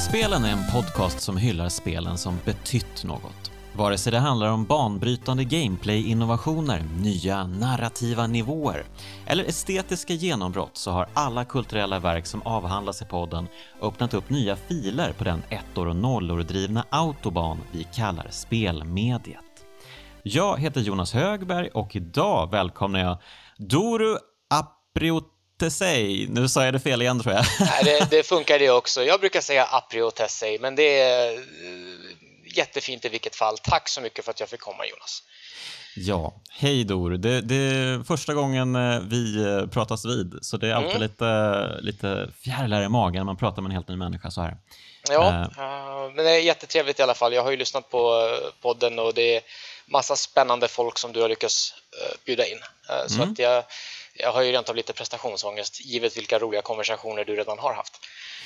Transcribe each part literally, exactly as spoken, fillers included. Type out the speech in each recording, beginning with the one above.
Spelen är en podcast som hyllar spelen som betytt något. Vare sig det handlar om banbrytande gameplay-innovationer, nya narrativa nivåer eller estetiska genombrott, så har alla kulturella verk som avhandlas i podden öppnat upp nya filer på den ettor och nollor drivna autobahn vi kallar spelmediet. Jag heter Jonas Högberg och idag välkomnar jag Doru Apriotesei. Nu sa jag det fel igen, tror jag. Nej, det, det funkar det också. Jag brukar säga Apriotesei, men det är jättefint i vilket fall. Tack så mycket för att jag fick komma, Jonas. Ja, hej Doru. Det, det är första gången vi pratas vid, så det är alltid mm. lite, lite fjärilar i magen när man pratar med en helt ny människa så här. Ja, uh, men det är jättetrevligt i alla fall. Jag har ju lyssnat på podden och det är massa spännande folk som du har lyckats uh, bjuda in. Uh, så mm. att jag, jag har ju rent av lite prestationsångest, givet vilka roliga konversationer du redan har haft.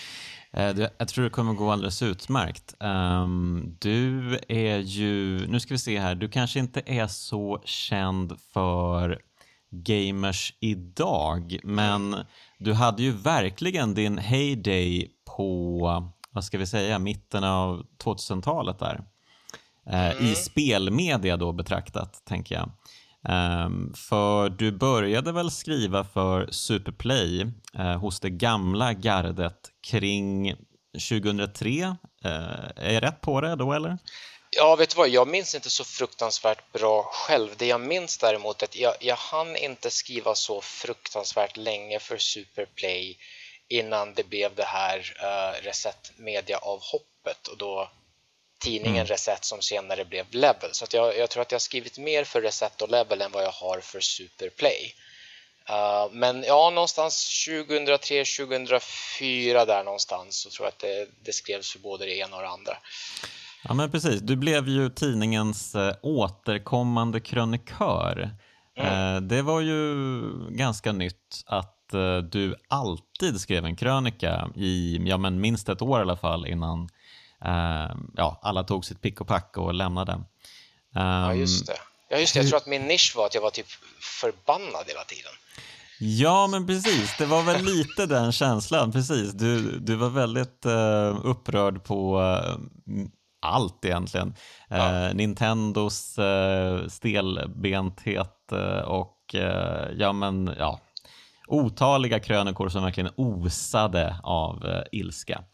Jag tror det kommer gå alldeles utmärkt. Um, du är ju, nu ska vi se här, du kanske inte är så känd för gamers idag, men du hade ju verkligen din heyday på, vad ska vi säga, mitten av tvåtusentalet där. Uh, mm. I spelmedia då betraktat, tänker jag. Um, för du började väl skriva för Superplay uh, hos det gamla gardet kring tjugohundratre. Uh, är jag rätt på det då, eller? Ja, vet du vad? Jag minns inte så fruktansvärt bra själv. Det jag minns däremot är att jag, jag hann inte skriva så fruktansvärt länge för Superplay innan det blev det här uh, Reset Media-avhoppet, och då tidningen mm. Reset som senare blev Level. Så att jag, jag tror att jag har skrivit mer för Reset och Level än vad jag har för Superplay. Uh, men ja, någonstans tjugohundratre tjugohundrafyra där någonstans så tror jag att det, det skrevs för både det ena och det andra. Ja, men precis. Du blev ju tidningens äh, återkommande krönikör. Mm. Äh, det var ju ganska nytt att äh, du alltid skrev en krönika i ja, men minst ett år i alla fall innan Uh, ja, alla tog sitt pick och pack och lämnade. Um, ja, just det. Ja, just det. Jag tror att min nisch var att jag var typ förbannad hela tiden. Ja, men precis. Det var väl lite den känslan, precis. Du, du var väldigt uh, upprörd på uh, allt egentligen. Ja. Uh, Nintendos uh, stelbenthet uh, och uh, ja, men ja, otaliga krönikor som verkligen osade av uh, ilska.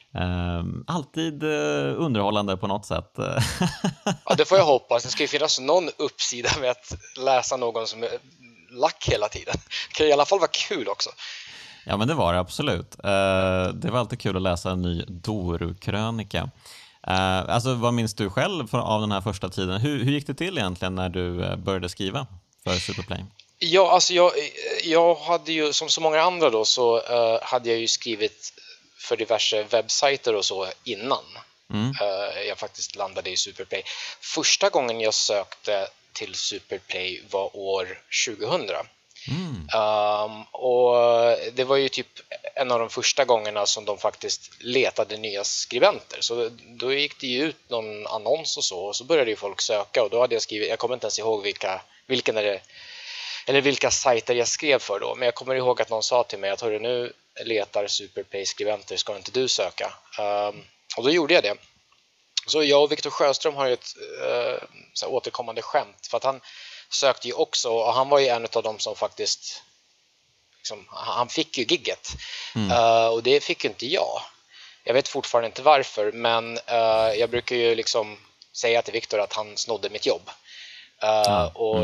Um, alltid uh, underhållande på något sätt. Ja, det får jag hoppas. Det ska ju finnas någon uppsida med att läsa någon som är lack hela tiden. Det kan i alla fall vara kul också. Ja, men det var det absolut. Uh, det var alltid kul att läsa en ny Doru-krönika. Uh, alltså, vad minns du själv för, av den här första tiden? Hur, hur gick det till egentligen när du började skriva för Superplay? Ja, alltså jag, jag hade ju, som så många andra då, så uh, hade jag ju skrivit för diverse webbsajter och så innan mm. uh, jag faktiskt landade i Superplay. Första gången jag sökte till Superplay var år tjugohundra. Mm. Um, och det var ju typ en av de första gångerna som de faktiskt letade nya skribenter. Så då gick det ju ut någon annons och så, och så började ju folk söka, och då hade jag skrivit, jag kommer inte ens ihåg vilka, vilken är det, eller vilka sajter jag skrev för då, men jag kommer ihåg att någon sa till mig att hörru, nu letar Superplay-skribenter, ska inte du söka? Um, och då gjorde jag det. Så jag och Viktor Sjöström har ju ett uh, så här återkommande skämt, för att han sökte ju också, och han var ju en av dem som faktiskt liksom, han fick ju gigget. Mm. Uh, och det fick ju inte jag. Jag vet fortfarande inte varför, men uh, jag brukar ju liksom säga till Viktor att han snodde mitt jobb. Uh, mm. och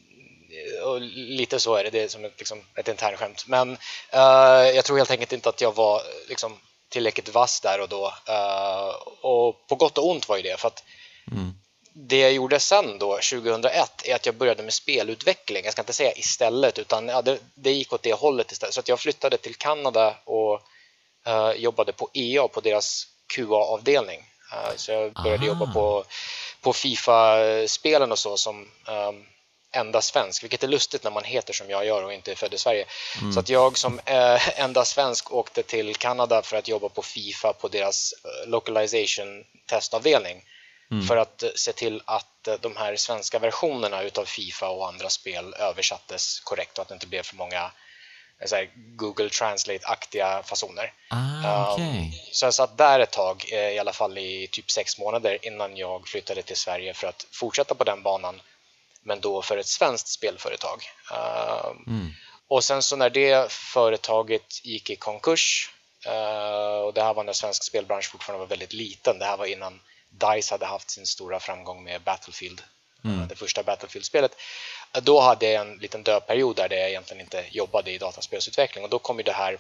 Och lite så är det, det är som ett, liksom, ett internskämt. Men uh, jag tror helt enkelt inte att jag var liksom, tillräckligt vass där och då. Uh, och på gott och ont var ju det. För att mm. det jag gjorde sen då, tjugohundraett, är att jag började med spelutveckling. Jag ska inte säga istället, utan ja, det, det gick åt det hållet istället. Så att jag flyttade till Kanada och uh, jobbade på E A, på deras Q A-avdelning. Uh, så jag började ah. jobba på, på FIFA-spelen och så som... Um, enda svensk, vilket är lustigt när man heter som jag gör och inte är född i Sverige. Mm. Så att jag som eh, enda svensk åkte till Kanada för att jobba på FIFA på deras uh, localization testavdelning. Mm. För att uh, se till att uh, de här svenska versionerna utav FIFA och andra spel översattes korrekt och att det inte blev för många så här Google Translate-aktiga fasoner. Ah, okay. um, så jag satt där ett tag, i alla fall i typ sex månader innan jag flyttade till Sverige för att fortsätta på den banan, men då för ett svenskt spelföretag. um, mm. Och sen så när det företaget gick i konkurs, uh, och det här var när svensk spelbransch fortfarande var väldigt liten, det här var innan DICE hade haft sin stora framgång med Battlefield, mm. uh, det första Battlefield-spelet. Då hade jag en liten dödperiod där jag egentligen inte jobbade i dataspelsutveckling, och då kom ju det här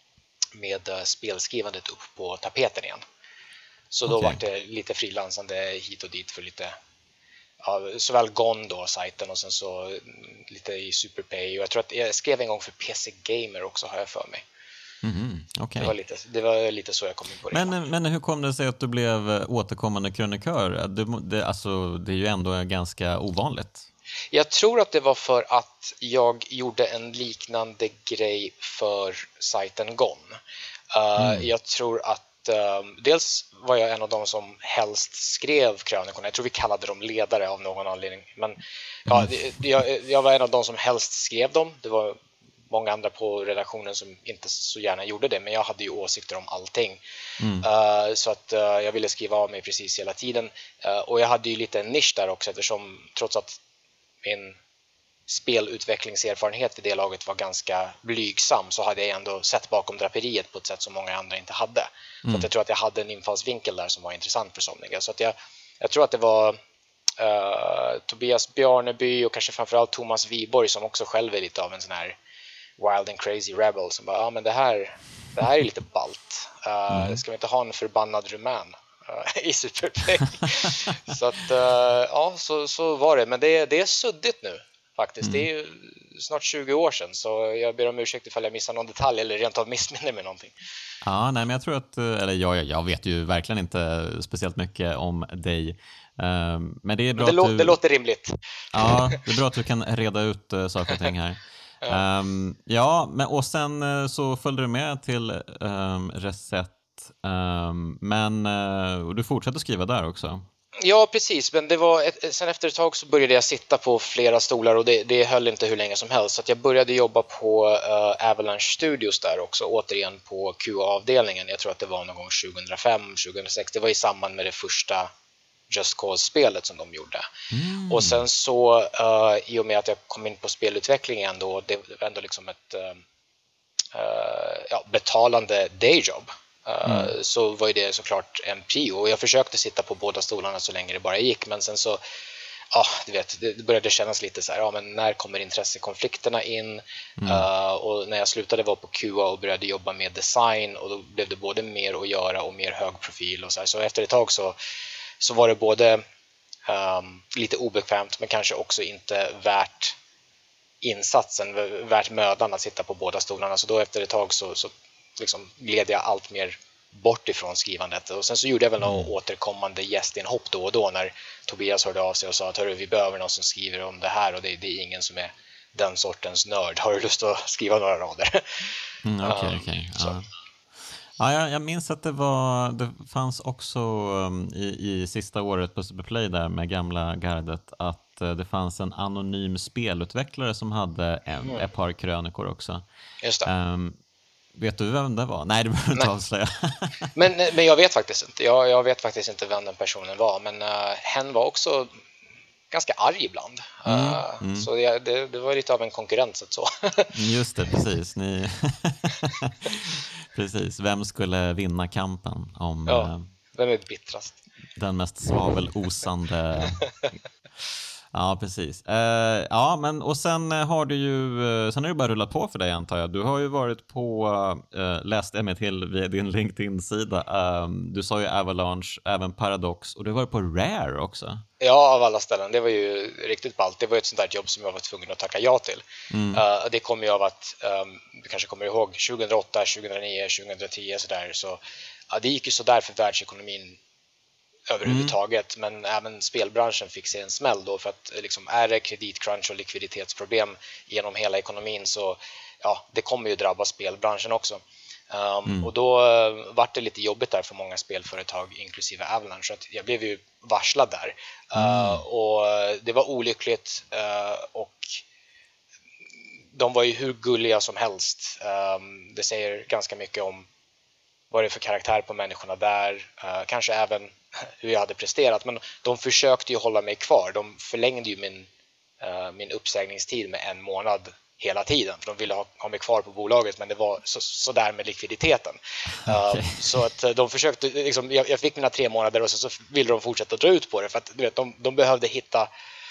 med spelskrivandet upp på tapeten igen. Så då okay. var det lite frilansande hit och dit för lite, ja, såväl Gone då, sajten, och sen så lite i Superpay, och jag tror att jag skrev en gång för P C Gamer också, har jag för mig. Mm-hmm. Okay. Det var lite, det var lite så jag kom in på det. Men, men hur kom det sig att du blev återkommande krönikör? Det, det, alltså, det är ju ändå ganska ovanligt. Jag tror att det var för att jag gjorde en liknande grej för sajten Gone. Uh, mm. Jag tror att um, dels var jag en av dem som helst skrev krönikorna. Jag tror vi kallade dem ledare av någon anledning. Men ja, mm. jag, jag var en av dem som helst skrev dem. Det var många andra på redaktionen som inte så gärna gjorde det, men jag hade ju åsikter om allting. Mm. Uh, så att uh, jag ville skriva av mig precis hela tiden. Uh, och jag hade ju lite en nisch där också, eftersom trots att min spelutvecklingserfarenhet vid det laget var ganska blygsam, så hade jag ändå sett bakom draperiet på ett sätt som många andra inte hade. Mm. Så att jag tror att jag hade en infallsvinkel där som var intressant för somliga. Så att jag, jag tror att det var uh, Tobias Bjarneby och kanske framförallt Thomas Wiborg, som också själv är lite av en sån här wild and crazy rebel, som bara, ja men det här, det här är lite ballt. Uh, mm. Ska vi inte ha en förbannad rumän uh, i Superplay? Så att, uh, ja, så, så var det. Men det, det är suddigt nu faktiskt. Mm. Det är ju snart tjugo år sedan, så jag ber om ursäkt ifall jag missar någon detalj eller rent av missminner med någonting. Ja, nej, men jag tror att, eller jag, jag vet ju verkligen inte speciellt mycket om dig. Men det är bra, men det, att lå- du... det låter rimligt. Ja, det är bra att du kan reda ut saker och ting här. Ja, um, ja, men och sen uh, så följde du med till um, Reset, um, men uh, du fortsatte skriva där också. Ja, precis, men det var ett, sen efter ett tag så började jag sitta på flera stolar, och det, det höll inte hur länge som helst, så att jag började jobba på uh, Avalanche Studios där också, återigen på Q A-avdelningen. Jag tror att det var någon gång tjugohundrafem tjugohundrasex, det var i samband med det första Just Cause-spelet som de gjorde. Mm. Och sen så uh, i och med att jag kom in på spelutveckling igen då, det var ändå liksom ett uh, uh, ja, betalande dayjob. Uh, mm. Så var ju det såklart en prio, och jag försökte sitta på båda stolarna så länge det bara gick, men sen så ja, du vet, det började kännas lite så här, ja men när kommer intressekonflikterna in? Mm. Uh, och när jag slutade vara på Q A och började jobba med design, och då blev det både mer att göra och mer hög profil och så här. Så efter ett tag så så var det både um, lite obekvämt, men kanske också inte värt insatsen, värt mödan att sitta på båda stolarna. Så då efter ett tag så, så liksom gled jag allt mer bort ifrån skrivandet. Och sen så gjorde jag väl något mm. återkommande gästinhopp då och då, när Tobias hörde av sig och sa att hörru, vi behöver någon som skriver om det här, och det, det är ingen som är den sortens nörd. Har du lust att skriva några rader? Mm, okej, okay, okej. Okay. Ja. Ja, jag, jag minns att det var, det fanns också um, i, i sista året på Superplay där med gamla gardet, att uh, det fanns en anonym spelutvecklare som hade en, mm. ett par krönikor också. Just det. Um, vet du vem det var? Nej, det behöver du inte avslöja. men, men jag vet faktiskt inte. Jag, jag vet faktiskt inte vem den personen var, men uh, hen var också ganska arg ibland. Mm, uh, mm. Så det, det, det var lite av en konkurrens så. Just det, precis. Ni... precis. Vem skulle vinna kampen om ja, vem är bittrast? Den mest svavelosande... Ja, precis. Uh, ja, men och sen har du ju sen har det bara rullat på för dig, antar jag. Du har ju varit på uh, läst jag mig till via din LinkedIn-sida. Um, du sa ju Avalanche, även Paradox, och du har varit på Rare också. Ja, av alla ställen. Det var ju riktigt ballt. Det var ett sånt där jobb som jag var tvungen att tacka ja till. Mm. Uh, det kom ju av att um, du kanske kommer ihåg tjugohundraåtta, tjugohundranio, tjugohundratio så där, så ja, det gick ju så där för världsekonomin överhuvudtaget, mm. men även spelbranschen fick sig en smäll då, för att liksom, är det kreditcrunch och likviditetsproblem genom hela ekonomin, så ja, det kommer ju drabba spelbranschen också. Um, mm. Och då uh, var det lite jobbigt där för många spelföretag, inklusive Avalanche, så att jag blev ju varslad där. Uh, mm. Och det var olyckligt, uh, och de var ju hur gulliga som helst. Um, det säger ganska mycket om vad det är för karaktär på människorna där. Uh, kanske även hur jag hade presterat. Men de försökte ju hålla mig kvar. De förlängde ju min, uh, min uppsägningstid med en månad hela tiden. För de ville ha, ha mig kvar på bolaget, men det var så, så där med likviditeten. Okay. Uh, så att de försökte, liksom, jag, jag fick mina tre månader och så, så ville de fortsätta dra ut på det. För att du vet, de, de behövde hitta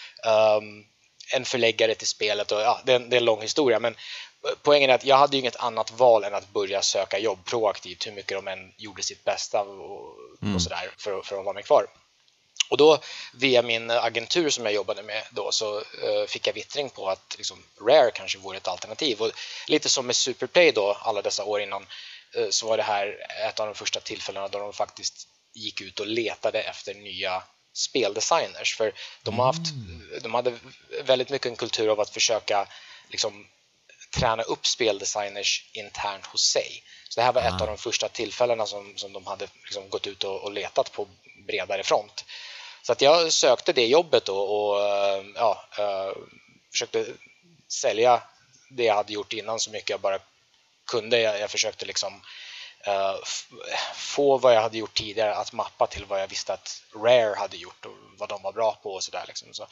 um, en förläggare till spelet. Och, ja, det, är en, det är en lång historia, men poängen är att jag hade ju inget annat val än att börja söka jobb proaktivt, hur mycket de än gjorde sitt bästa och, mm. och sådär för, för att hålla mig kvar. Och då via min agentur som jag jobbade med då, så uh, fick jag vittring på att liksom, Rare kanske vore ett alternativ. Och lite som med Superplay då, alla dessa år innan, uh, så var det här ett av de första tillfällena då de faktiskt gick ut och letade efter nya speldesigners. För de, har haft, de hade väldigt mycket en kultur av att försöka liksom träna upp speldesigners internt hos sig. Så det här var ah. ett av de första tillfällena som, som de hade liksom gått ut och, och letat på bredare front. Så att jag sökte det jobbet då och ja, uh, försökte sälja det jag hade gjort innan så mycket jag bara kunde. Jag, jag försökte liksom uh, f- få vad jag hade gjort tidigare att mappa till vad jag visste att Rare hade gjort och vad de var bra på och sådär liksom. Så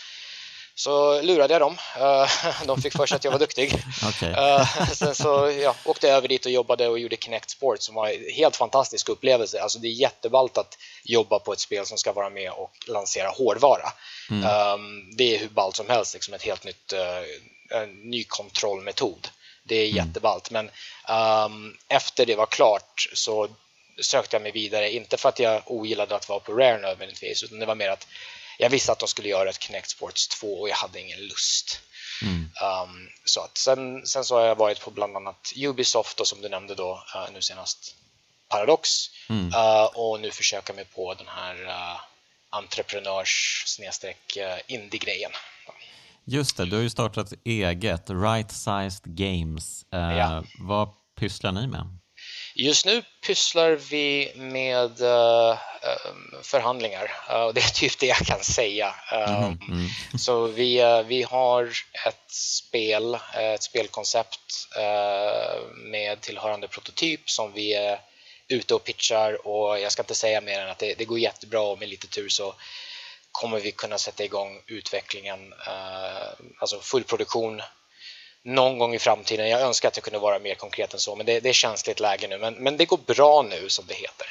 Så lurade jag dem. De fick för sig att jag var duktig. Okay. Sen så ja, åkte jag över dit och jobbade och gjorde Kinect Sports, som var en helt fantastisk upplevelse. Alltså det är jätteballt att jobba på ett spel som ska vara med och lansera hårdvara. Mm. Det är hur ballt som helst, liksom ett helt nytt en ny kontrollmetod. Det är mm. jätteballt. Men um, efter det var klart så sökte jag mig vidare. Inte för att jag ogillade att vara på Rare nödvändigtvis, utan det var mer att jag visste att de skulle göra ett Kinect Sports två och jag hade ingen lust. Mm. Um, så att sen, sen så har jag varit på bland annat Ubisoft och som du nämnde då uh, nu senast Paradox. Mm. Uh, och nu försöker jag mig på den här uh, entreprenörs snedstreck uh, indie-grejen. Just det, du har ju startat eget, Right Sized Games. Uh, ja. Vad pysslar ni med? Just nu pysslar vi med uh, förhandlingar uh, och det är typ det jag kan säga. Um, mm, mm. Så vi, uh, vi har ett spel, ett spelkoncept uh, med tillhörande prototyp som vi är ute och pitchar, och jag ska inte säga mer än att det, det går jättebra, och med lite tur så kommer vi kunna sätta igång utvecklingen, uh, alltså full produktion någon gång i framtiden. Jag önskar att jag kunde vara mer konkret än så, men det, det är känsligt läge nu. Men, men det går bra nu, som det heter.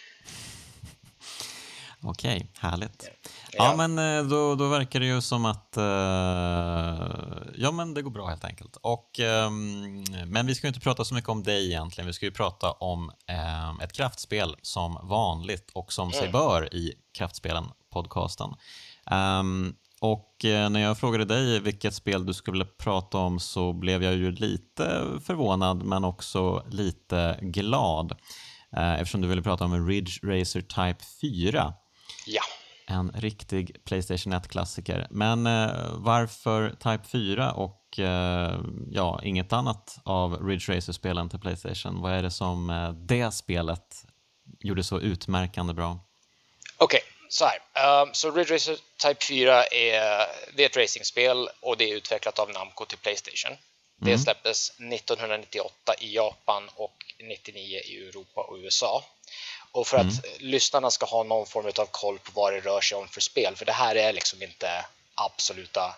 Okej, härligt. Ja, ja men då, då verkar det ju som att uh, ja, men det går bra helt enkelt. Och, um, men vi ska ju inte prata så mycket om dig egentligen. Vi ska ju prata om um, ett kraftspel som vanligt och som mm. sig bör i Kraftspelen podcasten. Um, Och när jag frågade dig vilket spel du skulle prata om så blev jag ju lite förvånad men också lite glad. Eftersom du ville prata om en Ridge Racer Type fyra. Ja. En riktig PlayStation ett-klassiker. Men varför Type fyra och ja, inget annat av Ridge Racer-spelen till PlayStation? Vad är det som det spelet gjorde så utmärkande bra? Okej. Okay. Så här, um, så Ridge Racer Type fyra är, det är ett racingspel och det är utvecklat av Namco till PlayStation. Det mm. släpptes nittonhundranittioåtta i Japan och nittionio i Europa och U S A. Och för mm. att lyssnarna ska ha någon form av koll på vad det rör sig om för spel, för det här är liksom inte absoluta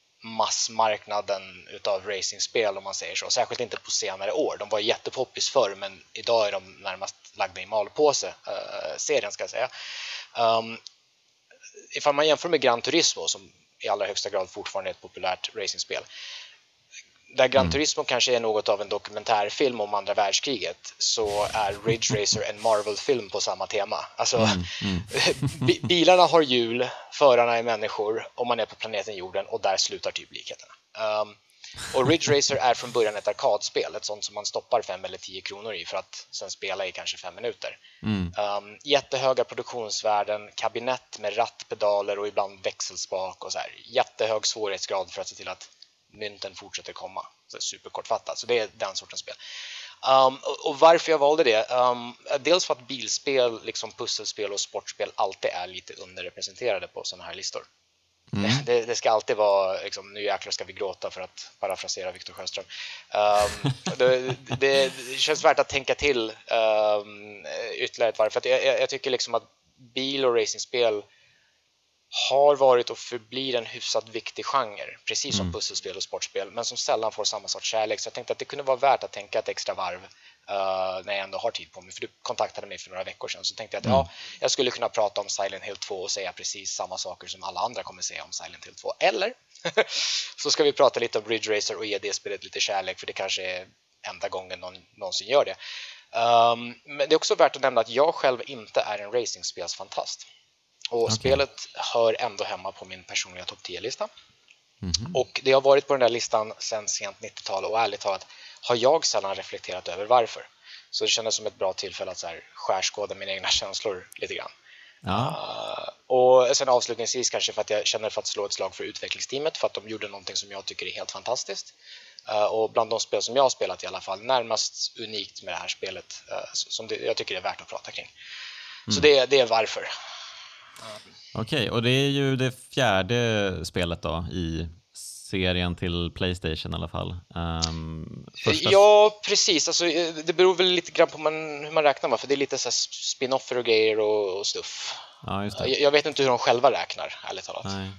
massmarknaden utav racingspel om man säger så, särskilt inte på senare år. De var jättepoppis förr, men idag är de närmast lagda i malpåse, uh, serien ska jag säga. Um, ifall man jämför med Gran Turismo, som i allra högsta grad fortfarande är ett populärt racingspel, där Gran Turismo mm. kanske är något av en dokumentärfilm om andra världskriget, så är Ridge Racer en Marvel-film på samma tema. Alltså, mm. Mm. b- bilarna har hjul, förarna är människor och man är på planeten jorden, och där slutar typ likheterna. Um, och Ridge Racer är från början ett arkadspel, ett sånt som man stoppar fem eller tio kronor i för att sen spela i kanske fem minuter. Mm. Um, jättehöga produktionsvärden, kabinett med ratt, pedaler och ibland växelspak och så här. Jättehög svårighetsgrad för att se till att mynten fortsätter komma. Så superkortfattat. Så det är den sortens spel. Um, och, och varför jag valde det? Um, dels för att bilspel, liksom pusselspel och sportspel alltid är lite underrepresenterade på sådana här listor. Mm. Det, det ska alltid vara liksom, nu jäklar ska vi gråta, för att parafrasera Viktor Sjöström. Um, det, det, det känns värt att tänka till um, ytterligare ett varv, för att jag, jag tycker liksom att bil- och racingspel har varit och förblir en hyfsat viktig genre, precis som mm. pusselspel och sportspel, men som sällan får samma sorts kärlek. Så jag tänkte att det kunde vara värt att tänka ett extra varv uh, när jag ändå har tid på mig. För du kontaktade mig för några veckor sedan, så tänkte jag att mm. ja, jag skulle kunna prata om Silent Hill två och säga precis samma saker som alla andra kommer säga om Silent Hill två. Eller så ska vi prata lite om Ridge Racer och ge det spelet lite kärlek, för det kanske är enda gången någon någonsin gör det. Um, men det är också värt att nämna att jag själv inte är en racingspelsfantast. Och okay. spelet hör ändå hemma på min personliga topp tio-lista. Mm-hmm. Och det har varit på den där listan sedan sent nittiotal, och ärligt talat har jag sällan reflekterat över varför. Så det kändes som ett bra tillfälle att så här skärskåda mina egna känslor lite grann. Ja. Uh, och sen avslutningsvis kanske för att jag känner för att slå ett slag för utvecklingsteamet, för att de gjorde någonting som jag tycker är helt fantastiskt. Uh, och bland de spel som jag har spelat i alla fall, närmast unikt med det här spelet, uh, som det, jag tycker är värt att prata kring. Mm. Så det, det är varför. Okej, okay, och det är ju det fjärde spelet då i serien till PlayStation i alla fall. Um, första... Ja, precis. Alltså, det beror väl lite grann på man, hur man räknar med, för det är lite så här spin-offer och grejer och, och stuff. Ja, just det. Jag, jag vet inte hur de själva räknar, ärligt talat. Nej.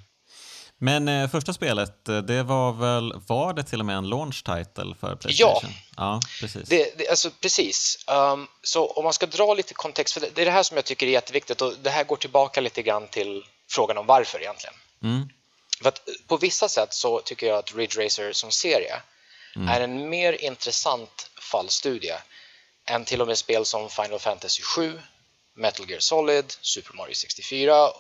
Men eh, första spelet, det var väl, var det till och med en launch title för PlayStation? Ja, ja precis. Det, det, alltså, precis. Um, så om man ska dra lite kontext, för det, det är det här som jag tycker är jätteviktigt, och det här går tillbaka lite grann till frågan om varför egentligen. Mm. För att på vissa sätt så tycker jag att Ridge Racer som serie mm. är en mer intressant fallstudie än till och med spel som Final Fantasy sju, Metal Gear Solid, Super Mario sextiofyra.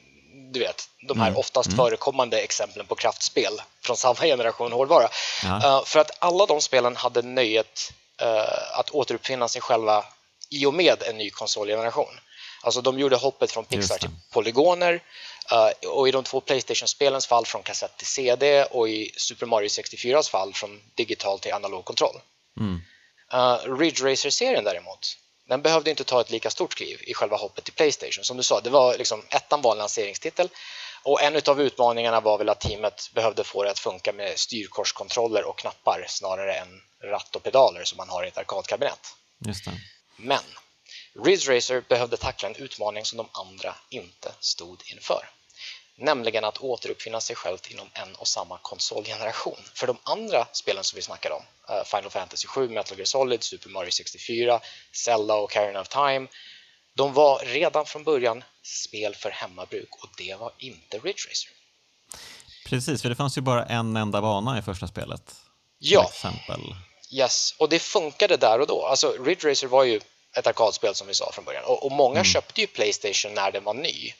Du vet, de här mm. oftast mm. förekommande exemplen på kraftspel från samma generation hårdvara. Ja. Uh, för att alla de spelen hade nöjet uh, att återuppfinna sig själva i och med en ny konsolgeneration. Alltså de gjorde hoppet från pixlar till polygoner, uh, och i de två PlayStation-spelens fall från kassett till C D, och i Super Mario sextiofyras fall från digital till analog kontroll. Mm. Uh, Ridge Racer-serien däremot, den behövde inte ta ett lika stort kliv i själva hoppet till PlayStation. Som du sa, det var liksom ettan var en lanseringstitel. Och en av utmaningarna var väl att teamet behövde få det att funka med styrkorskontroller och knappar snarare än ratt och pedaler som man har i ett arkadkabinett. Just det. Men Ridge Racer behövde tackla en utmaning som de andra inte stod inför. Nämligen att återuppfinna sig självt inom en och samma konsolgeneration. För de andra spelen som vi snackade om, uh, Final Fantasy sju, Metal Gear Solid, Super Mario sextiofyra, Zelda och Ocarina of Time, de var redan från början spel för hemmabruk, och det var inte Ridge Racer. Precis, för det fanns ju bara en enda bana i första spelet. Ja, exempel. Yes, och det funkade där och då. Alltså Ridge Racer var ju ett arkadspel som vi sa från början, och, och många mm. köpte ju PlayStation när den var ny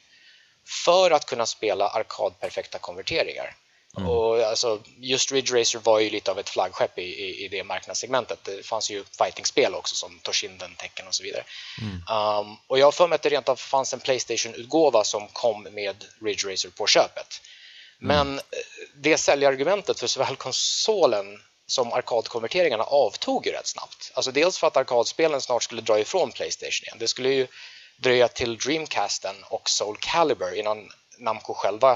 för att kunna spela arkadperfekta konverteringar. Mm. Och alltså, just Ridge Racer var ju lite av ett flaggskepp i, i, i det marknadssegmentet. Det fanns ju fighting-spel också som Toshinden, Tekken och så vidare. Mm. Um, och jag har för mig att det rent av fanns en PlayStation-utgåva som kom med Ridge Racer på köpet. Men mm. det säljargumentet för såväl konsolen som arkadkonverteringarna avtog ju rätt snabbt. Alltså dels för att arkadspelen snart skulle dra ifrån PlayStation igen. Det skulle ju dröja till Dreamcasten och Soul Calibur innan Namco själva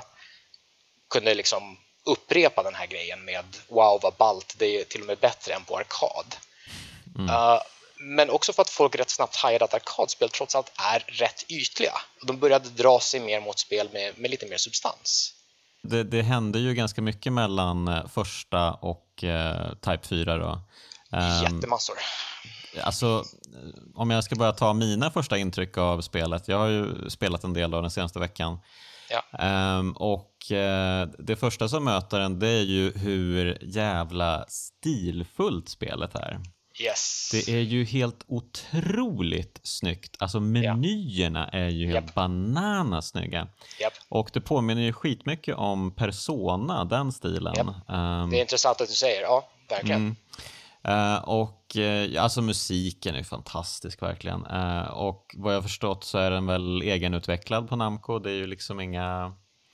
kunde liksom upprepa den här grejen med wow vad ballt, det är till och med bättre än på arkad. Mm. Uh, men också för att folk rätt snabbt hajade att arkadspel trots allt är rätt ytliga. De började dra sig mer mot spel med, med lite mer substans. Det, det hände ju ganska mycket mellan första och eh, Type fyra då. Um, Jättemassor. Alltså, om jag ska bara ta mina första intryck av spelet. Jag har ju spelat en del av den senaste veckan. Ja. Um, och uh, det första som möter en, det är ju hur jävla stilfullt spelet är. Yes. Det är ju helt otroligt snyggt. Alltså menyerna ja. är ju helt yep. bananasnygga. Yep. Och det påminner ju skitmycket om Persona, den stilen. Yep. Um, det är intressant att du säger, ja, verkligen. Mm. Uh, och uh, alltså musiken är fantastisk verkligen. Uh, och vad jag förstått så är den väl egenutvecklad på Namco. Det är ju liksom inga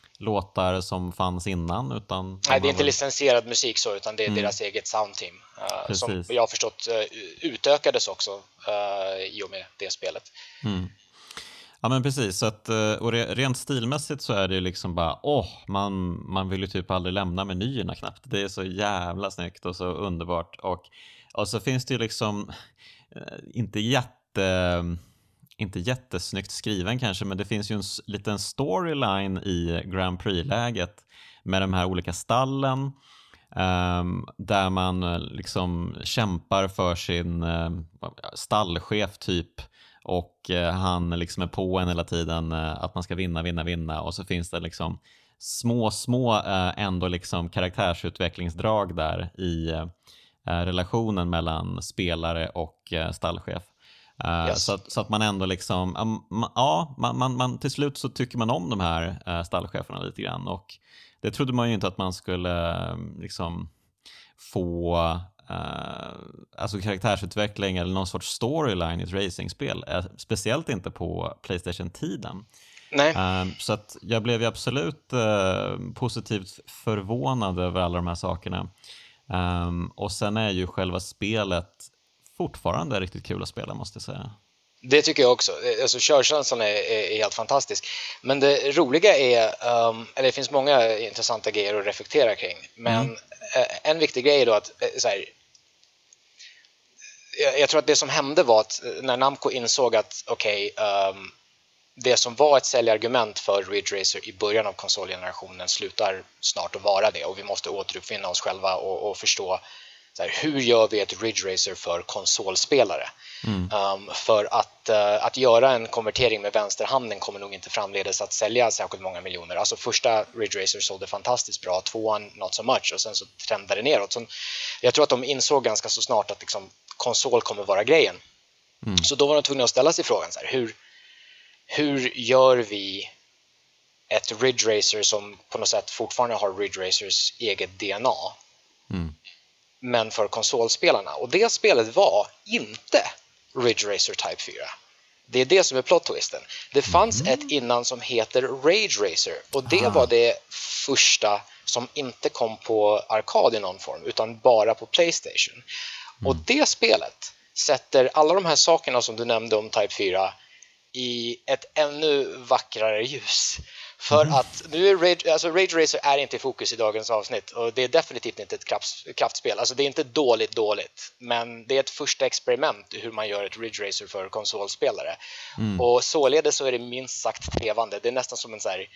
låtar som fanns innan, utan nej, det är inte väl licensierad musik så, utan det är mm. deras eget soundteam uh, som jag har förstått uh, utökades också uh, i och med det spelet. Mm. Ja men precis, så att, och rent stilmässigt så är det liksom bara, åh, man, man vill ju typ aldrig lämna menyerna knappt. Det är så jävla snyggt och så underbart. Och, och så finns det ju liksom, inte jätte... inte jättesnyggt skriven kanske, men det finns ju en liten storyline i Grand Prix-läget med de här olika stallen um, där man liksom kämpar för sin uh, stallchef typ, och uh, han liksom är på en hela tiden uh, att man ska vinna, vinna, vinna, och så finns det liksom små, små uh, ändå liksom karaktärsutvecklingsdrag där i uh, relationen mellan spelare och uh, stallchef. Uh, yes. så, att, så att man ändå liksom, um, ja, man, man, man, till slut så tycker man om de här uh, stallcheferna lite grann, och det trodde man ju inte att man skulle uh, liksom få uh, alltså karaktärsutveckling eller någon sorts storyline i ett racingspel, uh, speciellt inte på PlayStation-tiden. Nej. Uh, så att jag blev ju absolut uh, positivt förvånad över alla de här sakerna. Um, och sen är ju själva spelet fortfarande riktigt kul att spela, måste jag säga. Det tycker jag också. Alltså, körkänslan är, är helt fantastisk. Men det roliga är, um, eller det finns många intressanta grejer att reflektera kring. Men mm. en viktig grej är då att så här, jag, jag tror att det som hände var att när Namco insåg att okej, okay, um, det som var ett säljargument för Ridge Racer i början av konsolgenerationen slutar snart att vara det, och vi måste återuppfinna oss själva och, och förstå så här, hur gör vi ett Ridge Racer för konsolspelare? Mm. Um, för att, uh, att göra en konvertering med vänsterhanden kommer nog inte framledes att sälja särskilt många miljoner. Alltså första Ridge Racer sålde fantastiskt bra, tvåan not so much, och sen så trendade det neråt. Så jag tror att de insåg ganska så snart att liksom, konsol kommer vara grejen. Mm. Så då var de tvungna att ställa sig frågan så här, hur, hur gör vi ett Ridge Racer som på något sätt fortfarande har Ridge Racers eget D N A? Mm. Men för konsolspelarna. Och det spelet var inte Ridge Racer Type fyra. Det är det som är plot-twisten. Det fanns mm. ett innan som heter Rage Racer. Och det ah. var det första som inte kom på arkad i någon form, utan bara på PlayStation. Mm. Och det spelet sätter alla de här sakerna som du nämnde om Type fyra i ett ännu vackrare ljus. För mm. att nu är Rage, alltså Rage Racer är inte i fokus i dagens avsnitt, och det är definitivt inte ett kraft, kraftspel. Alltså det är inte dåligt dåligt, men det är ett första experiment i hur man gör ett Ridge Racer för konsolspelare. Mm. Och således så är det minst sagt trevande. Det är nästan som en så här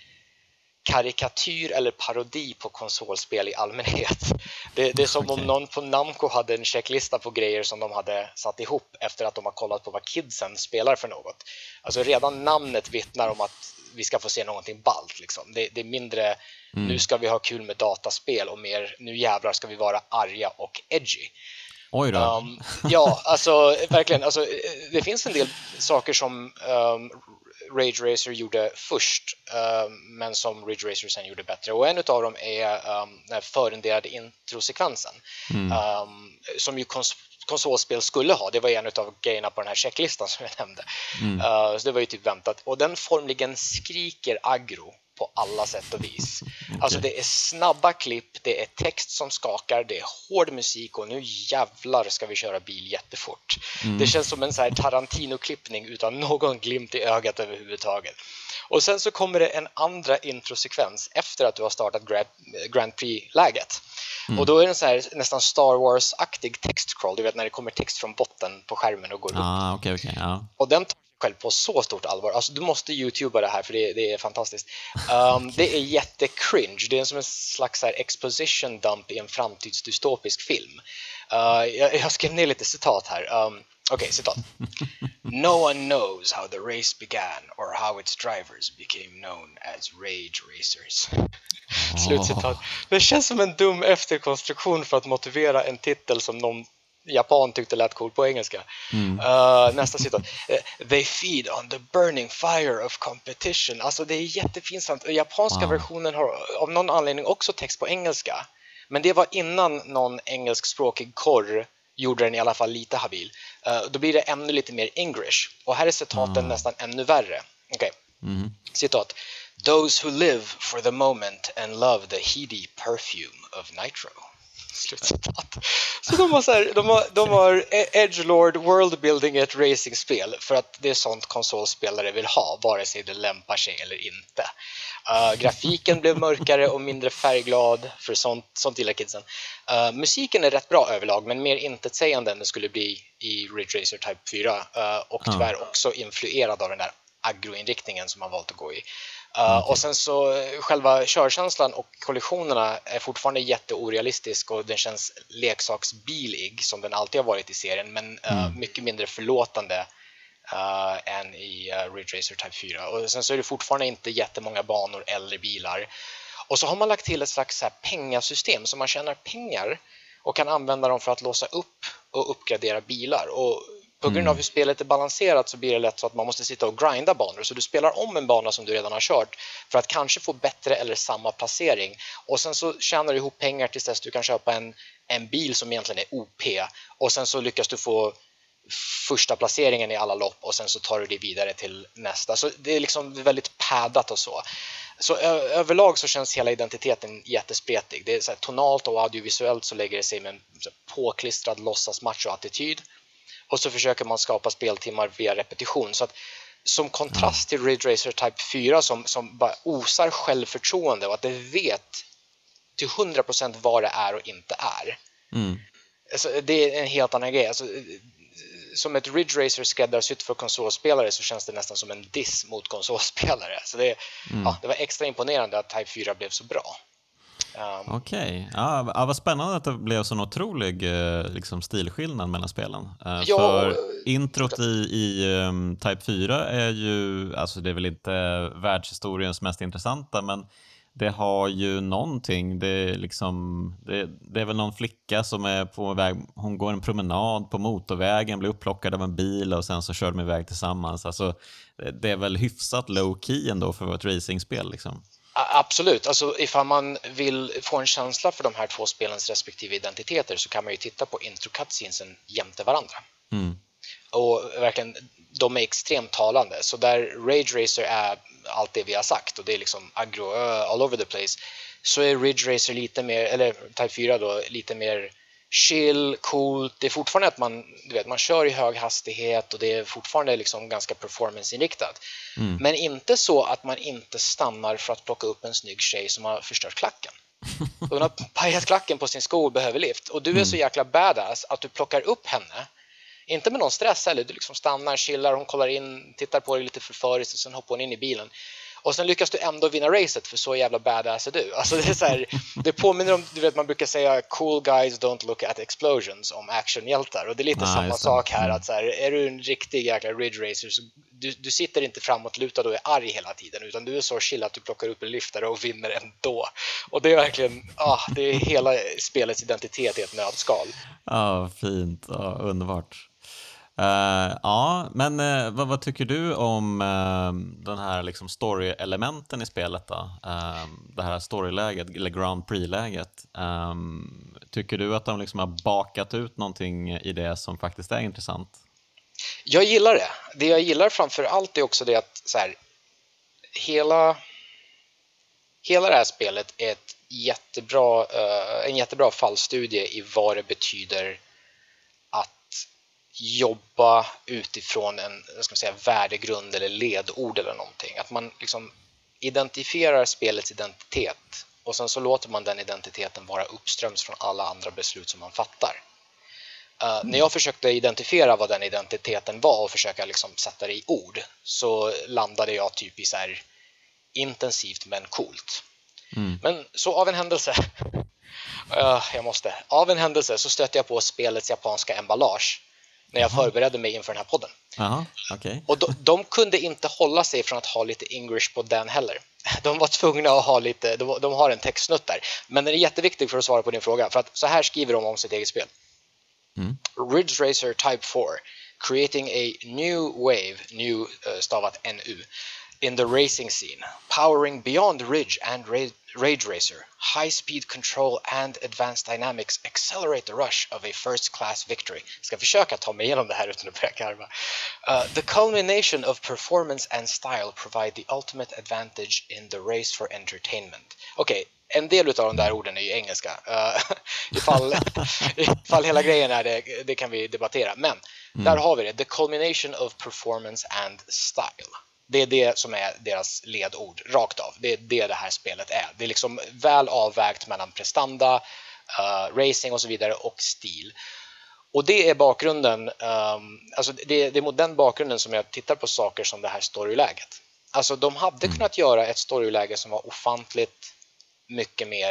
karikatyr eller parodi på konsolspel i allmänhet. Det, det är som okay. om någon på Namco hade en checklista på grejer som de hade satt ihop efter att de har kollat på vad kidsen spelar för något. Alltså redan namnet vittnar om att vi ska få se någonting ballt liksom. det, det är mindre mm. nu ska vi ha kul med dataspel och mer nu jävlar ska vi vara arga och edgy. Oj då. Um, ja, alltså verkligen, alltså, det finns en del saker som um, Rage Racer gjorde först, um, men som Ridge Racer sen gjorde bättre, och en av dem är um, den förrenderade introsekvensen mm. um, som ju kons- konsolspel skulle ha. Det var en av grejerna på den här checklistan som jag nämnde. Mm. Uh, så det var ju typ väntat. Och den formligen skriker aggro på alla sätt och vis. Okay. Alltså det är snabba klipp, det är text som skakar, det är hård musik, och nu jävlar ska vi köra bil jättefort. Mm. Det känns som en så här Tarantino-klippning utan någon glimt i ögat överhuvudtaget. Och sen så kommer det en andra introsekvens efter att du har startat Grand, Grand Prix-läget. Mm. Och då är det en så här nästan Star Wars-aktig textcrawl. Du vet när det kommer text från botten på skärmen och går ah, upp. Okay, okay, ja. Och den tar sig själv på så stort allvar. Alltså du måste YouTubea det här för det, det är fantastiskt. Um, det är jättecringe. Det är som en slags här exposition dump i en framtidsdystopisk film. Uh, jag, jag skrev ner lite citat här. Um, Okej, okay, citat. No one knows how the race began or how its drivers became known as Rage Racers. Oh. Slutcitat. Det känns som en dum efterkonstruktion för att motivera en titel som någon japan tyckte lät cool på engelska. Mm. Uh, nästa citat. Uh, They feed on the burning fire of competition. Alltså det är jättepinsamt. Japanska wow. versionen har av någon anledning också text på engelska. Men det var innan någon engelskspråkig korr gjorde den i alla fall lite habil. Uh, då blir det ännu lite mer English. Och här är citaten mm. nästan ännu värre. Okej. Okay. Mm. Citat. Those who live for the moment and love the heady perfume of nitro. Slutcitat. Så de har, så här, de har, de har edgelord worldbuilding i ett racingspel för att det är sånt konsolspelare vill ha, vare sig det lämpar sig eller inte. Uh, grafiken blev mörkare och mindre färgglad, för sånt, sånt gillar kidsen. Uh, musiken är rätt bra överlag, men mer intetsägande än det skulle bli i Ridge Racer Type fyra. Uh, och tyvärr mm. också influerad av den där agroinriktningen som man valt att gå i. Uh, okay. Och sen så själva körkänslan och kollisionerna är fortfarande jätteorealistisk och den känns leksaksbilig som den alltid har varit i serien, men uh, mm. mycket mindre förlåtande uh, än i uh, Ridge Racer Type fyra. Och sen så är det fortfarande inte jättemånga banor eller bilar. Och så har man lagt till ett slags så här pengasystem, så man tjänar pengar och kan använda dem för att låsa upp och uppgradera bilar. Och på grund av hur spelet är balanserat så blir det lätt så att man måste sitta och grinda banor. Så du spelar om en bana som du redan har kört för att kanske få bättre eller samma placering. Och sen så tjänar du ihop pengar tills dess du kan köpa en, en bil som egentligen är O P. Och sen så lyckas du få första placeringen i alla lopp och sen så tar du dig vidare till nästa. Så det är liksom väldigt paddat och så. Så ö- överlag så känns hela identiteten jättespretig. Det är så här, tonalt och audiovisuellt så lägger det sig med en så här, påklistrad låtsasmacho-attityd. Och så försöker man skapa speltimmar via repetition. Så att som kontrast till Ridge Racer Type fyra som, som bara osar självförtroende och att det vet till hundra procent vad det är och inte är. Mm. Alltså, det är en helt annan grej. Alltså, som ett Ridge Racer skräddarsytt för konsolspelare så känns det nästan som en diss mot konsolspelare. Så det, mm. ja, det var extra imponerande att Type fyra blev så bra. Um, Okej, okay. ja, ja, vad spännande att det blev så en otrolig liksom, stilskillnad mellan spelen. Uh, ja, för introt i, i um, Type fyra är ju, alltså det är väl inte världshistoriens mest intressanta, men det har ju någonting. Det är, liksom, det, det är väl någon flicka som är på väg, hon går en promenad på motorvägen, blir upplockad av en bil och sen så kör de iväg tillsammans. Alltså, det är väl hyfsat low key ändå för ett racingspel liksom. Absolut, alltså ifall man vill få en känsla för de här två spelens respektive identiteter så kan man ju titta på intro cutscenesen jämte varandra. Mm. Och verkligen, de är extremt talande. Så där Rage Racer är allt det vi har sagt och det är liksom aggro uh, all over the place, så är Ridge Racer lite mer, eller Type fyra då, lite mer chill, coolt. Det är fortfarande att man, du vet, man kör i hög hastighet och det är fortfarande liksom ganska performance-inriktat. Mm. Men inte så att man inte stannar för att plocka upp en snygg tjej som har förstört klacken. Hon har pajat klacken på sin sko och behöver lift. Och du är mm. så jäkla badass att du plockar upp henne. Inte med någon stress eller du liksom stannar, chillar, hon kollar in, tittar på dig lite förföriskt och sen hoppar hon in i bilen. Och sen lyckas du ändå vinna racet för så jävla badass är du. Alltså det är så här, det påminner om, du vet, man brukar säga cool guys don't look at explosions om actionhjältar. Och det är lite ah, samma sak här, att så här, är du en riktig jäkla Ridge Racer så du, du sitter inte framåtlutad och är arg hela tiden, utan du är så chill att du plockar upp en liftare och vinner ändå. Och det är verkligen, ah, det är hela spelets identitet i ett nötskal. Ja, ah, fint, ah, underbart. Uh, ja, men uh, vad, vad tycker du om uh, den här liksom story-elementen i spelet då? Uh, det här storyläget, eller Grand Prix-läget. Um, tycker du att de liksom har bakat ut någonting i det som faktiskt är intressant? Jag gillar det. Det jag gillar framför allt är också det att så här, hela, hela det här spelet är ett jättebra, uh, en jättebra fallstudie i vad det betyder jobba utifrån en, ska man säga, värdegrund eller ledord eller någonting. Att man liksom identifierar spelets identitet och sen så låter man den identiteten vara uppströms från alla andra beslut som man fattar. Uh, mm. När jag försökte identifiera vad den identiteten var och försöka liksom sätta det i ord så landade jag typ i så här intensivt men coolt. Mm. Men så av en händelse uh, jag måste, av en händelse så stötte jag på spelets japanska emballage när jag förberedde mig inför den här podden. Aha, okay. Och de, de kunde inte hålla sig från att ha lite English på den heller. De var tvungna att ha lite, de, de har en textsnutt där. Men den är jätteviktig för att svara på din fråga, för att så här skriver de om sitt eget spel. Mm. Ridge Racer Type four, creating a new wave, new uh, stavat N U, in the racing scene, powering beyond Ridge and Ra- Rage Racer, high speed control and advanced dynamics accelerate the rush of a first class victory. Jag ska försöka ta mig igenom det här utan att börja karva. Uh, the culmination of performance and style provide the ultimate advantage in the race for entertainment. Okej, okay, en del av de där orden är ju engelska. Uh, ifall, ifall hela grejen är det, det kan vi debattera. Men mm. där har vi det. The culmination of performance and style. Det är det som är deras ledord, rakt av. Det är det det här spelet är. Det är liksom väl avvägt mellan prestanda, uh, racing och så vidare och stil. Och det är bakgrunden, um, alltså det, det är mot den bakgrunden som jag tittar på saker som det här storyläget. Alltså de hade mm. kunnat göra ett storyläge som var ofantligt mycket mer,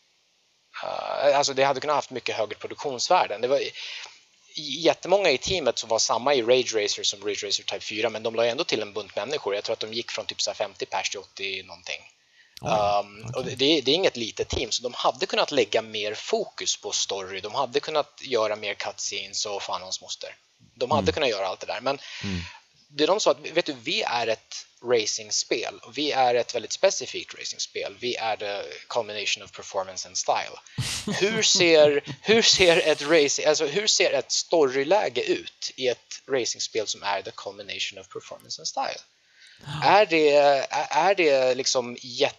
uh, alltså det hade kunnat haft mycket högre produktionsvärden. Det var jättemånga i teamet som var samma i Rage Racer som Ridge Racer Type fyra, men de la ändå till en bunt människor. Jag tror att de gick från typ så femtio pers till åttio någonting. Oh, um, okay. Och det, det är inget litet team, så de hade kunnat lägga mer fokus på story. De hade kunnat göra mer cutscenes och fan hans moster. De hade mm. kunnat göra allt det där. Men mm. det är de sa att, vet du, vi är ett racingspel. Och vi är ett väldigt specifikt racingspel. Vi är the combination of performance and style. Hur ser, hur ser ett racing, alltså hur ser ett storyläge ut i ett racingspel som är the combination of performance and style? Är det, är det liksom jätte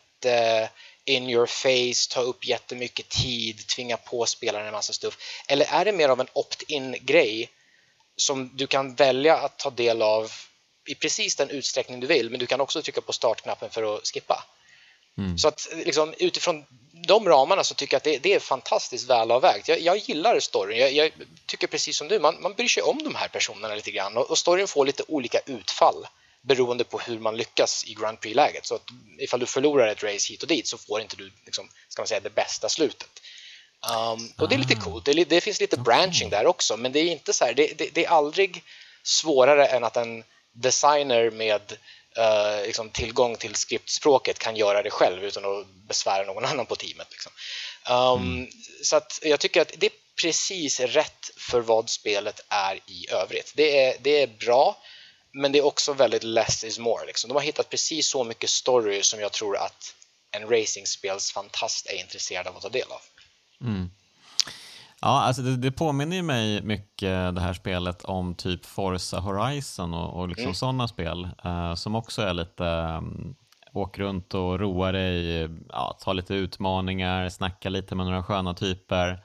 in your face, ta upp jättemycket tid, tvinga på spelaren en massa stuff? Eller är det mer av en opt-in grej som du kan välja att ta del av i precis den utsträckning du vill, men du kan också trycka på startknappen för att skippa? Mm. Så att liksom, utifrån de ramarna så tycker jag att det, det är fantastiskt välavvägt. Jag, jag gillar storyn. Jag, jag tycker precis som du, man, man bryr sig om de här personerna lite grann, och, och storyn får lite olika utfall beroende på hur man lyckas i Grand Prix-läget. Så att ifall du förlorar ett race hit och dit så får inte du, liksom, ska man säga, det bästa slutet. Um, och det är lite coolt. Det, det finns lite branching där också, men det är inte så här, det, det, det är aldrig svårare än att en designer med uh, liksom, tillgång till skriptspråket kan göra det själv utan att besvära någon annan på teamet. Liksom. Um, mm. Så att jag tycker att det är precis rätt för vad spelet är i övrigt. Det är, det är bra, men det är också väldigt less is more. Liksom. De har hittat precis så mycket story som jag tror att en racingspelsfantast är intresserad av att ta del av. Mm. Ja, alltså det, det påminner ju mig mycket, det här spelet, om typ Forza Horizon och, och liksom mm. sådana spel uh, som också är lite um, åk runt och roa dig, ja, ta lite utmaningar, snacka lite med några sköna typer,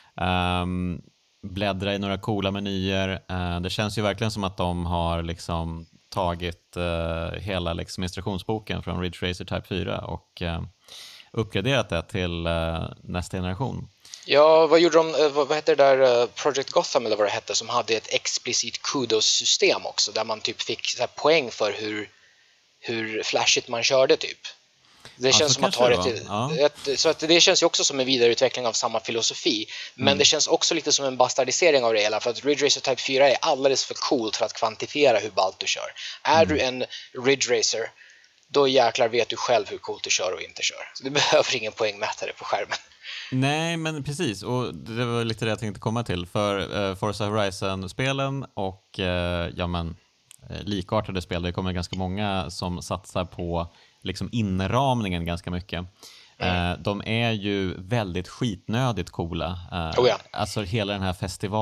um, bläddra i några coola menyer. Uh, det känns ju verkligen som att de har liksom tagit uh, hela liksom instruktionsboken från Ridge Racer Type fyra och uh, uppgraderat det till uh, nästa generation. Ja, vad gjorde de, vad, vad heter det där, Project Gotham eller vad det hette, som hade ett explicit kudos-system också, där man typ fick så här poäng för hur, hur flashigt man körde typ. Det ja, känns som att ha det till, ja. ett, så att det känns ju också som en vidareutveckling av samma filosofi, men mm. det känns också lite som en bastardisering av det hela, för att Ridge Racer Type fyra är alldeles för coolt för att kvantifiera hur ballt du kör. Är mm. du en Ridge Racer, då jäklar vet du själv hur coolt du kör och inte kör. Så du behöver ingen poängmätare på skärmen. Nej, men precis. Och det var lite det jag tänkte komma till. För uh, Forza Horizon-spelen och uh, ja, men, uh, likartade spel, det kommer ganska många som satsar på liksom inramningen ganska mycket. Mm. Uh, de är ju väldigt skitnödigt coola. Uh, oh ja. Alltså hela den här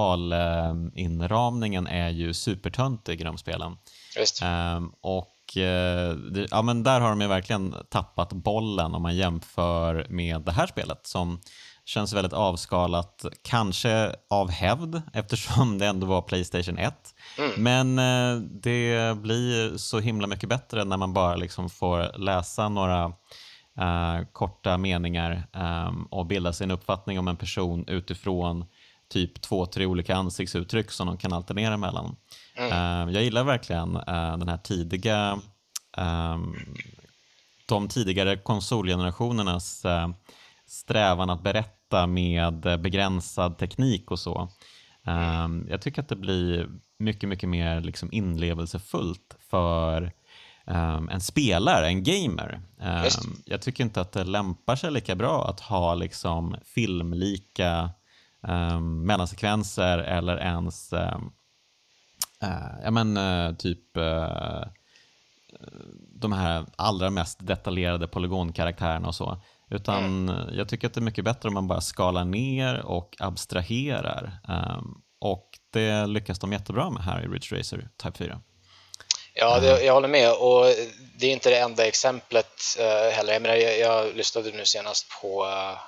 festivalinramningen uh, är ju supertöntig i de spelen. Just. Uh, och ja, men där har de ju verkligen tappat bollen om man jämför med det här spelet som känns väldigt avskalat, kanske av hävd eftersom det ändå var PlayStation ett. Mm. Men det blir så himla mycket bättre när man bara liksom får läsa några uh, korta meningar um, och bilda sig en uppfattning om en person utifrån typ två, tre olika ansiktsuttryck som de kan alternera mellan. Mm. Uh, jag gillar verkligen uh, den här tidiga um, de tidigare konsolgenerationernas uh, strävan att berätta med begränsad teknik och så. Um, jag tycker att det blir mycket, mycket mer liksom inlevelsefullt för um, en spelare, en gamer. Um, jag tycker inte att det lämpar sig lika bra att ha liksom filmlika um, mellansekvenser eller ens um, uh, ja men uh, typ uh, de här allra mest detaljerade polygonkaraktärerna och så. Utan mm. jag tycker att det är mycket bättre om man bara skalar ner och abstraherar. Um, och det lyckas de jättebra med här i Ridge Racer Type fyra. Ja, det, jag håller med, och det är inte det enda exemplet uh, heller. Jag, menar, jag, jag lyssnade nu senast på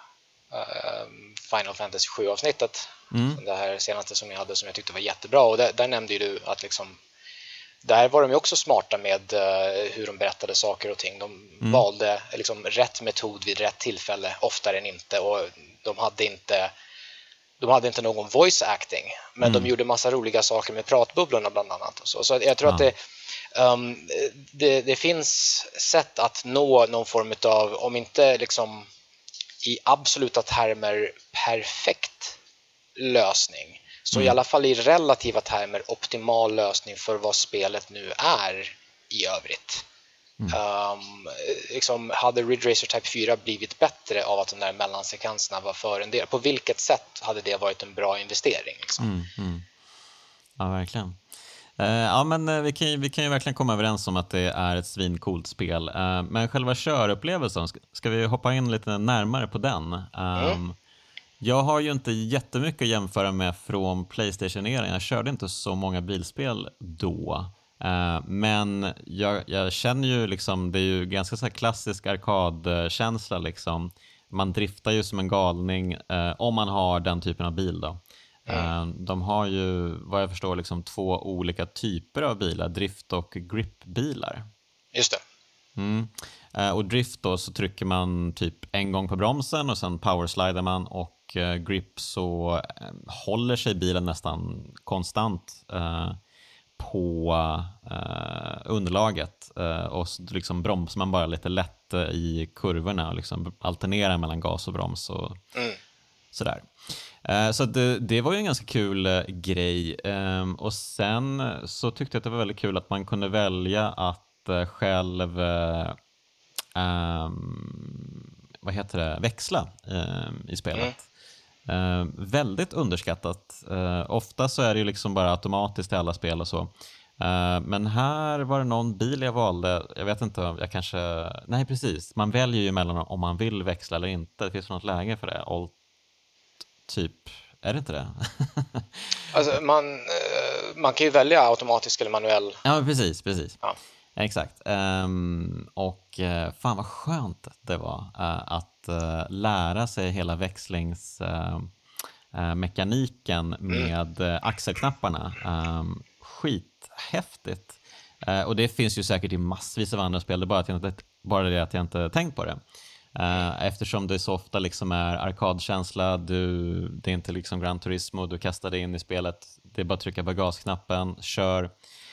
uh, Final Fantasy sju-avsnittet, mm. det här senaste som jag hade, som jag tyckte var jättebra, och där, där nämnde ju du att liksom, där var de ju också smarta med uh, hur de berättade saker och ting. De mm. valde liksom rätt metod vid rätt tillfälle, oftare än inte, och de hade inte de hade inte någon voice acting, men mm. de gjorde massa roliga saker med pratbubblorna bland annat. Och så. så jag tror ja. att det, um, det, det finns sätt att nå någon form av, om inte liksom i absoluta termer perfekt lösning, så mm. i alla fall i relativa termer optimal lösning för vad spelet nu är i övrigt. Mm. Um, liksom, hade Ridge Racer Type fyra blivit bättre av att de där mellansekvenserna var för en del? På vilket sätt hade det varit en bra investering? Liksom? Mm, mm. Ja, verkligen. Uh, ja, men uh, vi, kan ju, vi kan ju verkligen komma överens om att det är ett svincoolt spel. Uh, men själva körupplevelsen, ska, ska vi hoppa in lite närmare på den? Um, mm. Jag har ju inte jättemycket att jämföra med från PlayStation-eran. Jag körde inte så många bilspel då. Uh, men jag, jag känner ju liksom, det är ju ganska så här klassisk arkadkänsla liksom. Man driftar ju som en galning uh, om man har den typen av bil då. Mm. Uh, de har ju, vad jag förstår, liksom två olika typer av bilar, drift- och grip-bilar. Just det. Mm. Uh, och drift då, så trycker man typ en gång på bromsen och sen powerslidar man, och uh, grip så uh, håller sig bilen nästan konstant uh, på uh, underlaget, uh, och så liksom bromsar man bara lite lätt uh, i kurvorna och liksom alternerar mellan gas och broms och mm. sådär. Uh, så det, det var ju en ganska kul uh, grej, um, och sen så tyckte jag att det var väldigt kul att man kunde välja att uh, själv uh, um, vad heter det, växla um, i spelet. Mm. Uh, väldigt underskattat. Uh, ofta så är det ju liksom bara automatiskt i alla spel och så. Uh, men här var det någon bil jag valde. Jag vet inte, jag kanske... Nej, precis. Man väljer ju mellan om man vill växla eller inte. Det finns något läge för det. Alt, typ... Är det inte det? Alltså, man, man kan ju välja automatisk eller manuell. Ja, precis, precis. Ja. Exakt. Um, och uh, fan vad skönt det var uh, att uh, lära sig hela växlingsmekaniken uh, uh, med uh, axelknapparna. Um, skithäftigt. Uh, och det finns ju säkert i massvis av andra spel, det är bara, att jag inte, bara det att jag inte tänkt på det. Uh, eftersom det så ofta liksom är arkadkänsla, du, det är inte liksom Gran Turismo, du kastar dig in i spelet, det är bara att trycka på gasknappen, kör.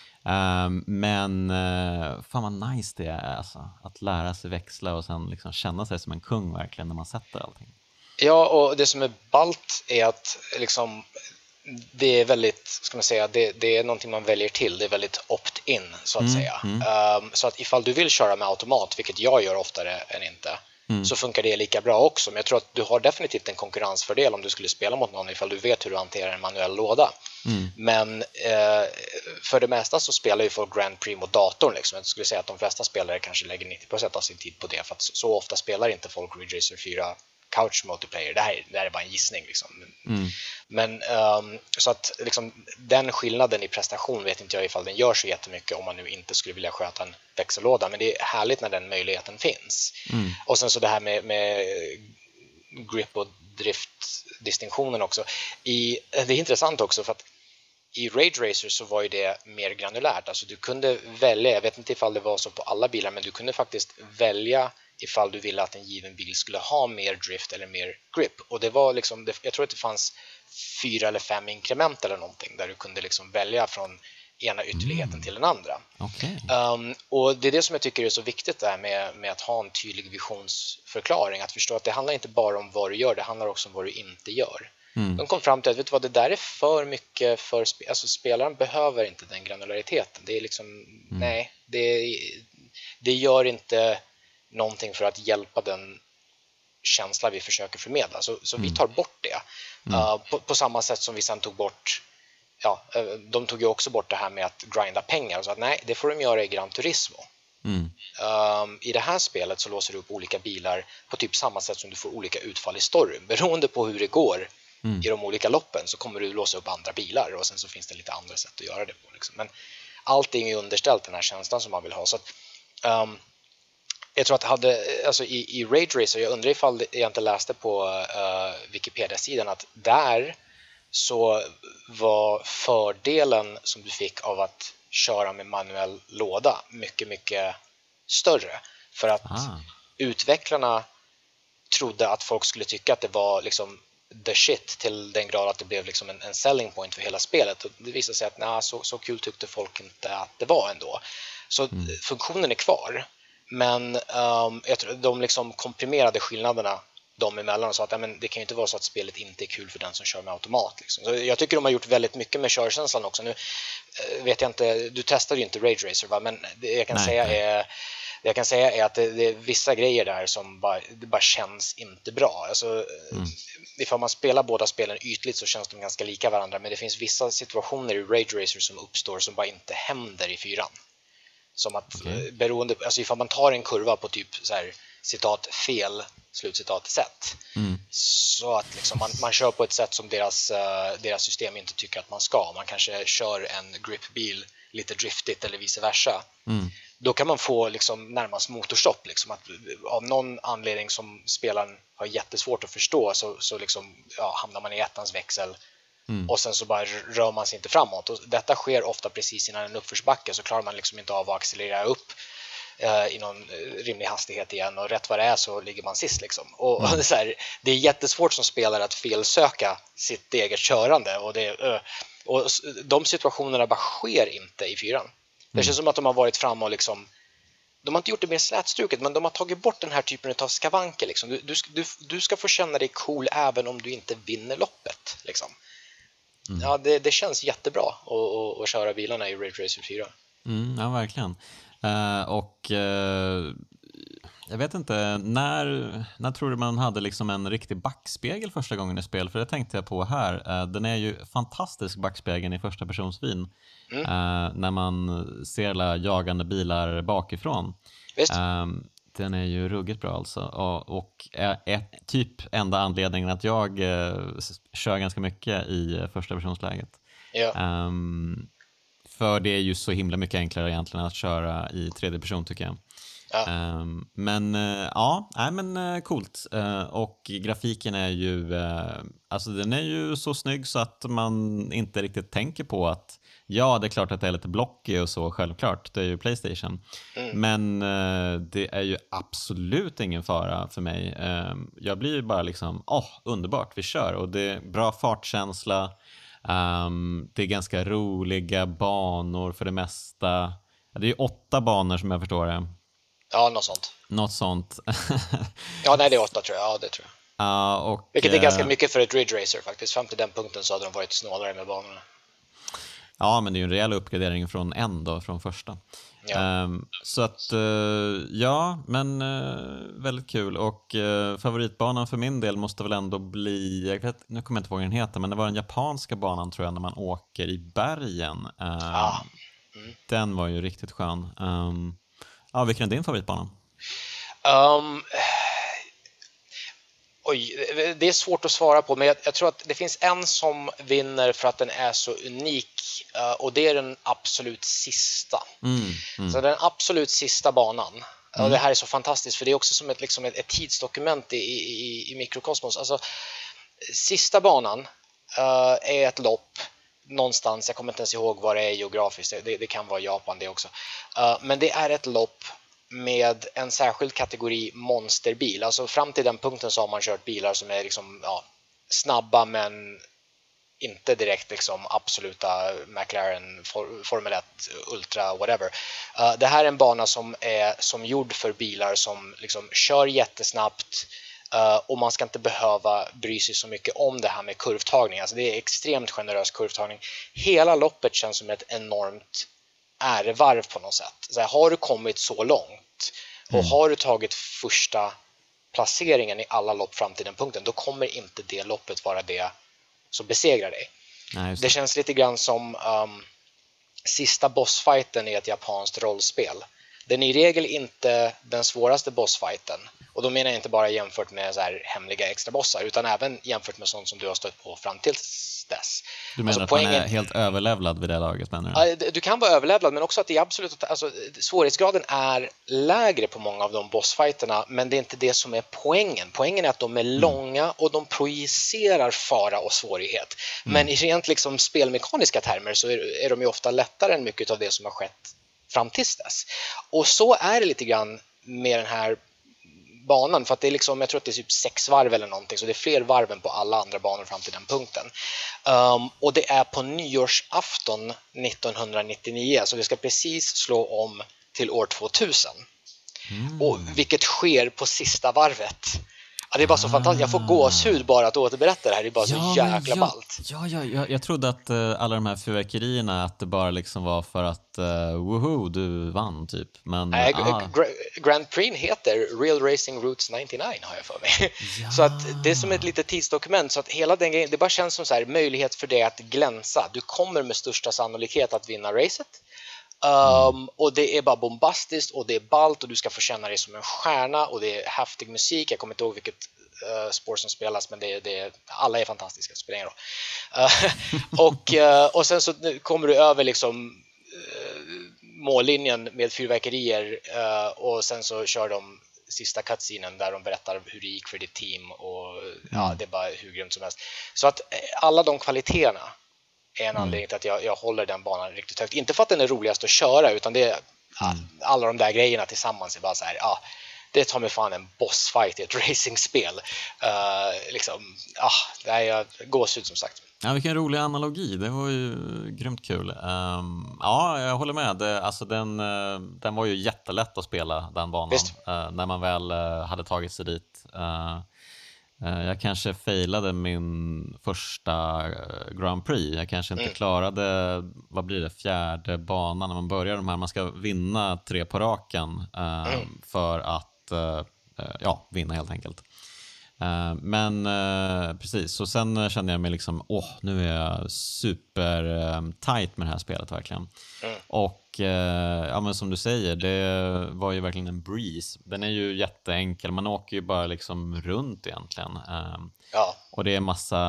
Um, men uh, fan vad nice det är alltså, att lära sig växla och sen liksom känna sig som en kung verkligen när man sätter allting. Ja, och det som är ballt är att liksom, det är väldigt, ska man säga, det, det är någonting man väljer till, det är väldigt opt-in så att mm, säga. Mm. Um, så att ifall du vill köra med automat, vilket jag gör oftare än inte, mm. så funkar det lika bra också. Men jag tror att du har definitivt en konkurrensfördel om du skulle spela mot någon ifall du vet hur du hanterar en manuell låda. Mm. Men eh, för det mesta så spelar ju folk Grand Prix mot datorn liksom. Jag skulle säga att de flesta spelare kanske lägger nittio procent av sin tid på det, för att så, så ofta spelar inte folk Ridge Racer fyra couch multiplayer. Det här, det här är bara en gissning liksom. Mm. Men um, så att liksom, den skillnaden i prestation vet inte jag ifall den gör så jättemycket om man nu inte skulle vilja sköta en växellåda, men det är härligt när den möjligheten finns. Mm. Och sen så det här med, med grip och drift-distinktionen också. I, det är intressant också för att i Rage Racer så var ju det mer granulärt. Alltså du kunde välja, jag vet inte ifall det var så på alla bilar, men du kunde faktiskt välja ifall du ville att en given bil skulle ha mer drift eller mer grip. Och det var liksom, jag tror att det fanns fyra eller fem inkrement eller någonting där du kunde liksom välja från ena ytterligheten mm. till den andra. Okay. Um, och det är det som jag tycker är så viktigt där med, med att ha en tydlig visionsförklaring. Att förstå att det handlar inte bara om vad du gör, det handlar också om vad du inte gör. Mm. De kom fram till att, vet du vad, det där är för mycket för sp- alltså spelaren behöver inte den granulariteten. Det är liksom, mm. nej, det, det gör inte någonting för att hjälpa den känsla vi försöker förmedla. Så, så mm. vi tar bort det. Mm. Uh, på, på samma sätt som vi sen tog bort, ja, de tog ju också bort det här med att grinda pengar. Så att nej, det får de göra i Gran Turismo. Mm. Um, I det här spelet så låser du upp olika bilar på typ samma sätt som du får olika utfall i storyn. Beroende på hur det går mm. i de olika loppen så kommer du låsa upp andra bilar, och sen så finns det lite andra sätt att göra det på liksom. Men allting är underställt den här känslan som man vill ha. Så att, um, jag tror att hade, alltså i, i Rage Racer, jag undrar ifall jag inte läste på uh, Wikipedia-sidan att där så var fördelen som du fick av att köra med manuell låda mycket, mycket större. För att ah. utvecklarna trodde att folk skulle tycka att det var liksom the shit till den grad att det blev liksom en, en selling point för hela spelet. Och det visade sig att nej, så, så kul tyckte folk inte att det var ändå. Så mm. funktionen är kvar. Men um, jag tror, de liksom komprimerade skillnaderna de emellan och sa att ja, men det kan ju inte vara så att spelet inte är kul för den som kör med automat. Liksom. Så jag tycker de har gjort väldigt mycket med körkänslan också. Nu uh, vet jag inte, du testade ju inte Rage Racer, va? Men det jag kan nej, säga nej. är det jag kan säga är att det, det är vissa grejer där som bara, det bara känns inte bra. Alltså, mm. ifall man spelar båda spelen ytligt så känns de ganska lika varandra, men det finns vissa situationer i Rage Racer som uppstår som bara inte händer i fyran. Som att okay. beroende, alltså ifall man tar en kurva på typ så här, citat fel, slutcitat sätt, mm. så att liksom man, man kör på ett sätt som deras, uh, deras system inte tycker att man ska. Man kanske kör en gripbil lite driftigt eller vice versa. Mm. Då kan man få liksom närmast motorstopp. Liksom, att av någon anledning som spelaren har jättesvårt att förstå så, så liksom, ja, hamnar man i ettans växel. Mm. Och sen så bara rör man sig inte framåt. Och detta sker ofta precis innan en uppförsbacke. Så klarar man liksom inte av att accelerera upp eh, i någon rimlig hastighet igen. Och rätt vad det är så ligger man sist liksom. Och, mm. och det, är så här, det är jättesvårt som spelare att felsöka sitt eget körande. Och, det, eh, och de situationerna bara sker inte i fyran. Det känns mm. som att de har varit fram och liksom, de har inte gjort det mer slätstruket, men de har tagit bort den här typen av skavanker liksom. du, du, du, du ska få känna dig cool även om du inte vinner loppet liksom. Mm. Ja, det, det känns jättebra att, att, att köra bilarna i Rage Racer fyra. Mm, ja, verkligen. Uh, och uh, jag vet inte, när, när tror du man hade liksom en riktig backspegel första gången i spel? För det tänkte jag på här. Uh, den är ju fantastisk, backspegeln i första personsvin. Mm. Uh, när man ser alla jagande bilar bakifrån. Visst. Uh, den är ju ruggigt bra alltså. Och, och är, är typ enda anledningen att jag uh, kör ganska mycket i första personsläget. Ja. Um, för det är ju så himla mycket enklare egentligen att köra i tredje person tycker jag. Ja. Um, men uh, ja, nej, men uh, coolt. Uh, och grafiken är ju uh, alltså den är ju så snygg så att man inte riktigt tänker på att ja, det är klart att det är lite blockig och så, självklart, det är ju PlayStation. Mm. Men uh, det är ju absolut ingen fara för mig. Uh, jag blir ju bara liksom, åh, oh, underbart, vi kör. Och det är bra fartkänsla. Um, det är ganska roliga banor för det mesta. Det är ju åtta banor som jag förstår det. Ja, något sånt. Något sånt. Ja, nej, det är åtta tror jag. Ja, det tror jag. Uh, och, Vilket är uh, ganska mycket för ett Ridge Racer faktiskt. Fram till den punkten så hade de varit snålare med banorna. Ja, men det är ju en rejäl uppgradering från en då, från första. Ja. Um, så att, uh, ja, men uh, väldigt kul. Och uh, favoritbanan för min del måste väl ändå bli, jag vet, nu kommer jag inte ihåg vad den heter, men det var den japanska banan tror jag, när man åker i bergen. Uh, ah. mm. Den var ju riktigt skön. Um, ja, vilken är din favoritbana? Um, oj, det är svårt att svara på, men jag, jag tror att det finns en som vinner för att den är så unik. Uh, och det är den absolut sista. Mm, mm. Så den absolut sista banan. Mm. Och det här är så fantastiskt, för det är också som ett, liksom ett, ett tidsdokument i, i, i mikrokosmos. Alltså, sista banan uh, är ett lopp någonstans, jag kommer inte ens ihåg vad det är geografiskt, det, det kan vara Japan det också. Uh, men det är ett lopp med en särskild kategori monsterbil. Alltså fram till den punkten så har man kört bilar som är liksom, ja, snabba men inte direkt liksom absoluta McLaren, for, Formel ett, Ultra, whatever. Uh, det här är en bana som är som gjord för bilar som liksom kör jättesnabbt, uh, och man ska inte behöva bry sig så mycket om det här med kurvtagning. Alltså det är extremt generös kurvtagning. Hela loppet känns som ett enormt ärevarv på något sätt. Så här, har du kommit så långt och mm. har du tagit första placeringen i alla lopp fram till den punkten, då kommer inte det loppet vara det som besegrar dig. Nej, det känns lite grann som um, sista bossfighten i ett japanskt rollspel. Den är i regel inte den svåraste bossfighten. Och Och då menar jag inte bara jämfört med så här hemliga extra bossar, utan även jämfört med sånt som du har stött på fram till dess. Du menar alltså, att poängen... man är helt överlevlad vid det laget, menar du? Ja, du kan vara överlevlad, men också att det är absolut, alltså, svårighetsgraden är lägre på många av de bossfighterna, men det är inte det som är poängen. Poängen är att de är mm. långa och de projicerar fara och svårighet. Mm. Men i rent liksom spelmekaniska termer så är, är de ju ofta lättare än mycket av det som har skett fram tills dess. Och så är det lite grann med den här banan, för att det är liksom, jag tror att det är typ sex varv eller någonting, så det är fler varv än på alla andra banor fram till den punkten. Um, och det är på nyårsafton nittonhundranittionio, så det ska precis slå om till år tvåtusen. Mm. Och vilket sker på sista varvet. Ja, det är bara så ah. fantastiskt. Jag får gåshud bara att återberätta det här. Det är bara ja, så jäkla jag, ballt. Ja, ja, ja, jag trodde att uh, alla de här fyrverkerierna, att det bara liksom var för att uh, woohoo, du vann typ. Men, Nej, ah. Grand Prix heter Real Racing Routes nittionio, har jag för mig. Ja. Så att det är som ett litet tidsdokument. Så att hela den grejen, det bara känns som så här, möjlighet för dig att glänsa. Du kommer med största sannolikhet att vinna racet. Um, mm. Och det är bara bombastiskt och det är ballt och du ska få känna dig som en stjärna och det är häftig musik. Jag kommer inte ihåg vilket uh, spår som spelas, men det, det, alla är fantastiska, spelar ingen roll. Uh, och, uh, och sen så kommer du över liksom uh, mållinjen med fyrverkerier uh, och sen så kör de sista cutscenen där de berättar hur det gick för ditt team och mm. ja, det är bara hur grymt som helst. Så att alla de kvaliteterna är en anledning till att jag, jag håller den banan riktigt högt. Inte för att den är roligast att köra, utan det är mm. alla de där grejerna tillsammans är bara så här, ja, det tar mig fan en bossfight i ett racingspel. Uh, liksom, ja, det är jag gåshud som sagt. Ja, vilken rolig analogi. Det var ju grymt kul. Um, ja, jag håller med. Det, alltså den, uh, den var ju jättelätt att spela, den banan. Uh, när man väl uh, hade tagit sig dit. Uh, Jag kanske failade min första Grand Prix. Jag kanske inte mm. klarade, vad blir det, fjärde banan när man börjar de här. Man ska vinna tre på raken eh, mm. för att eh, ja, vinna helt enkelt. Eh, men eh, precis, så sen kände jag mig liksom, åh, nu är jag super eh, tight med det här spelet verkligen. Mm. Och eh, ja, men som du säger, det var ju verkligen en breeze. Den är ju jätteenkel, man åker ju bara liksom runt egentligen. Eh, ja. Och det är massa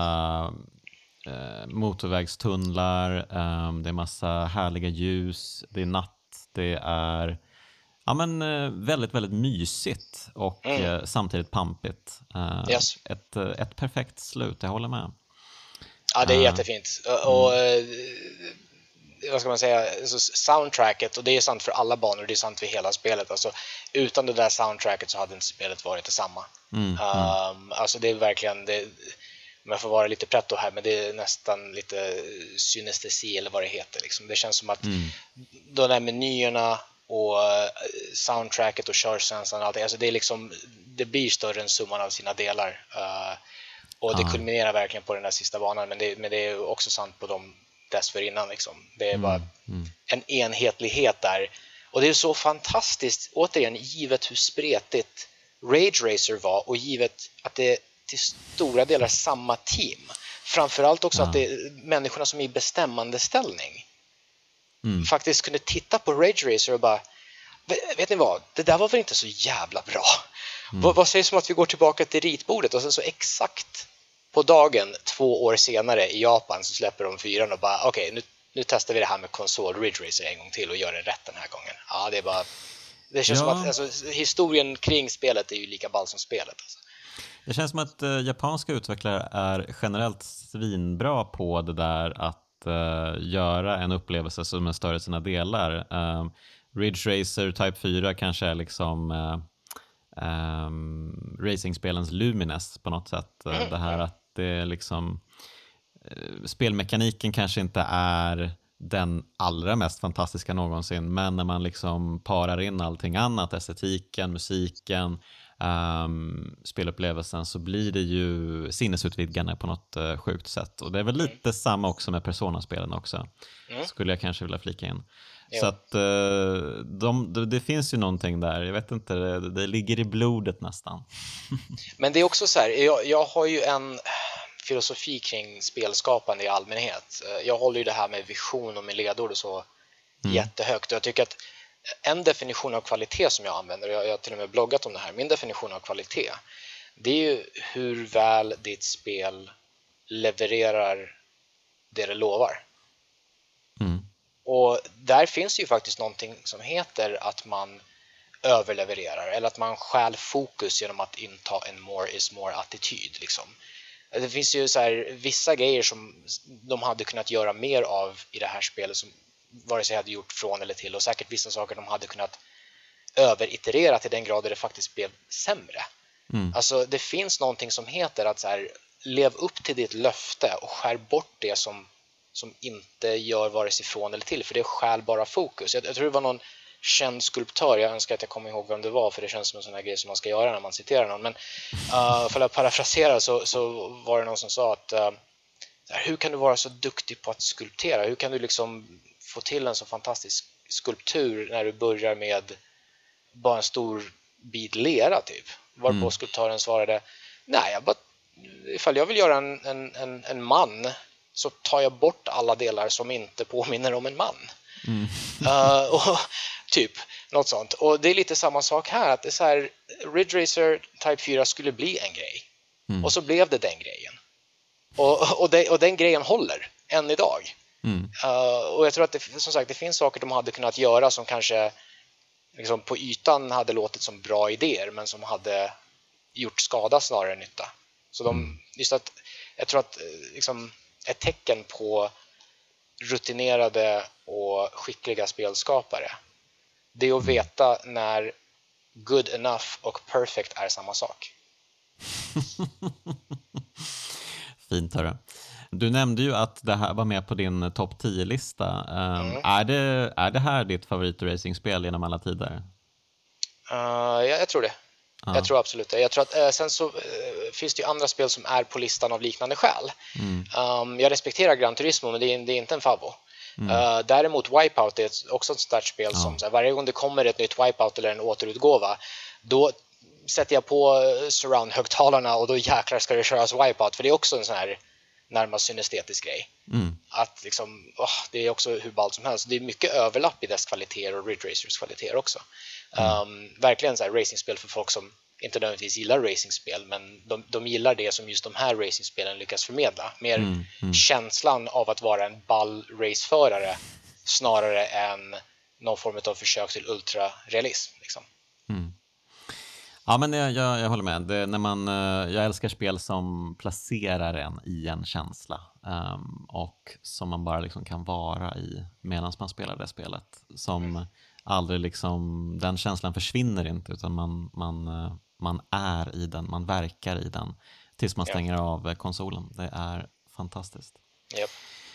eh, motorvägstunnlar, eh, det är massa härliga ljus, det är natt, det är ja, men, eh, väldigt, väldigt mysigt och mm. eh, samtidigt pampigt. Eh, yes. ett, ett perfekt slut, jag håller med. Ja, det är uh, jättefint. Och mm. vad ska man säga, så soundtracket, och det är sant för alla banor, det är sant för hela spelet. Alltså, utan det där soundtracket så hade inte spelet varit detsamma. Mm. Um, alltså det är verkligen, det, om jag får vara lite pretto här, men det är nästan lite synestesi eller vad det heter. Liksom. Det känns som att mm. de där menyerna och soundtracket och körkänslan, allt, alltså det är liksom, det blir större än summan av sina delar. Uh, och det kulminerar verkligen på den där sista banan, men det, men det är också sant på de dessförinnan liksom. Det är mm. bara mm. en enhetlighet där. Och det är så fantastiskt, återigen, givet hur spretigt Rage Racer var och givet att det är till stora delar samma team. Framförallt också ja. att det är människorna som är i bestämmande ställning mm. faktiskt kunde titta på Rage Racer och bara, vet ni vad, det där var väl inte så jävla bra. Mm. Vad, vad sägs om att vi går tillbaka till ritbordet och sen så exakt på dagen två år senare i Japan så släpper de fyran och bara okej, okay, nu, nu testar vi det här med konsol Ridge Racer en gång till och gör det rätt den här gången. Ja, det är bara, det känns ja. som att alltså, historien kring spelet är ju lika ball som spelet. Alltså. Det känns som att uh, japanska utvecklare är generellt svinbra på det där att uh, göra en upplevelse som är större i sina delar. Uh, Ridge Racer Type fyra kanske är liksom uh, um, racingspelens Lumines på något sätt. Uh, det här att det är liksom uh, spelmekaniken kanske inte är den allra mest fantastiska någonsin, men när man liksom parar in allting annat, estetiken, musiken, um, spelupplevelsen, så blir det ju sinnesutvidgande på något uh, sjukt sätt. Och det är väl lite mm. samma också med Persona-spelen också, mm. skulle jag kanske vilja flika in. Jo. Så att uh, de, det, det finns ju någonting där, jag vet inte, det, det ligger i blodet nästan. Men det är också så här, jag, jag har ju en filosofi kring spelskapande i allmänhet. Jag håller ju det här med vision och med ledord och så mm. jättehögt. Och jag tycker att en definition av kvalitet som jag använder, jag, jag har till och med bloggat om det här, min definition av kvalitet, det är ju hur väl ditt spel levererar det det lovar. Mm. Och där finns ju faktiskt någonting som heter att man överlevererar, eller att man stjäl fokus genom att inta en more is more attityd liksom. Det finns ju så här, vissa grejer som de hade kunnat göra mer av i det här spelet som vare sig hade gjort från eller till, och säkert vissa saker de hade kunnat överiterera till den grad där det faktiskt blev sämre. Mm. Alltså det finns någonting som heter att så här, lev upp till ditt löfte och skär bort det som, som inte gör vare sig från eller till, för det stjäl bara fokus. Jag, jag tror det var någon känd skulptör, jag önskar att jag kommer ihåg vem det var, för det känns som en sån här grej som man ska göra när man citerar någon, men uh, för att parafrasera så, så var det någon som sa att uh, hur kan du vara så duktig på att skulptera? Hur kan du liksom få till en så fantastisk skulptur när du börjar med bara en stor bit lera typ? Varpå mm. skulptören svarade, nej, jag bara, ifall jag vill göra en, en, en, en man så tar jag bort alla delar som inte påminner om en man. Mm. uh, och typ något sånt. Och det är lite samma sak här, att det är så här, Ridge Racer Type fyra skulle bli en grej. Mm. Och så blev det den grejen. Och, och, det, och den grejen håller än idag. Mm. Uh, och jag tror att det, som sagt, det finns saker de hade kunnat göra som kanske liksom på ytan hade låtit som bra idéer, men som hade gjort skada snarare än nytta. Så de, mm. just att jag tror att liksom, ett tecken på rutinerade och skickliga spelskapare, det är att veta när good enough och perfect är samma sak. Fint, hörru. Du nämnde ju att det här var med på din topp tio-lista. Um, mm. är, det, är det här ditt favoritracingspel genom alla tider? Uh, ja, jag tror det. Ja. Jag tror absolut det. Jag tror att, eh, sen så eh, finns det ju andra spel som är på listan av liknande skäl. Mm. Um, jag respekterar Gran Turismo, men det är, det är inte en favvo. Mm. Uh, däremot Wipeout är ett, också ett stort spel ja. som så här, varje gång det kommer ett nytt Wipeout eller en återutgåva, då sätter jag på surround-högtalarna och då jäklar ska det köras Wipeout, för det är också en sån här närmast synestetisk grej. Mm. Att liksom, oh, det är också hur ballt som helst. Det är mycket överlapp i dess kvaliteter och Ridge Racers kvaliteter också. Mm. Um, verkligen så här racingspel för folk som inte nödvändigtvis gillar racingspel, men de, de gillar det som just de här racingspelen lyckas förmedla. Mer mm. Mm. känslan av att vara en ball raceförare snarare än någon form av försök till ultrarealism. Liksom. Mm. Ja, men jag, jag, jag håller med. Det, när man, jag älskar spel som placerar en i en känsla um, och som man bara liksom kan vara i medan man spelar det spelet. Som mm. aldrig liksom, den känslan försvinner inte, utan man, man, man är i den, man verkar i den tills man stänger yep. av konsolen. Det är fantastiskt. Yep.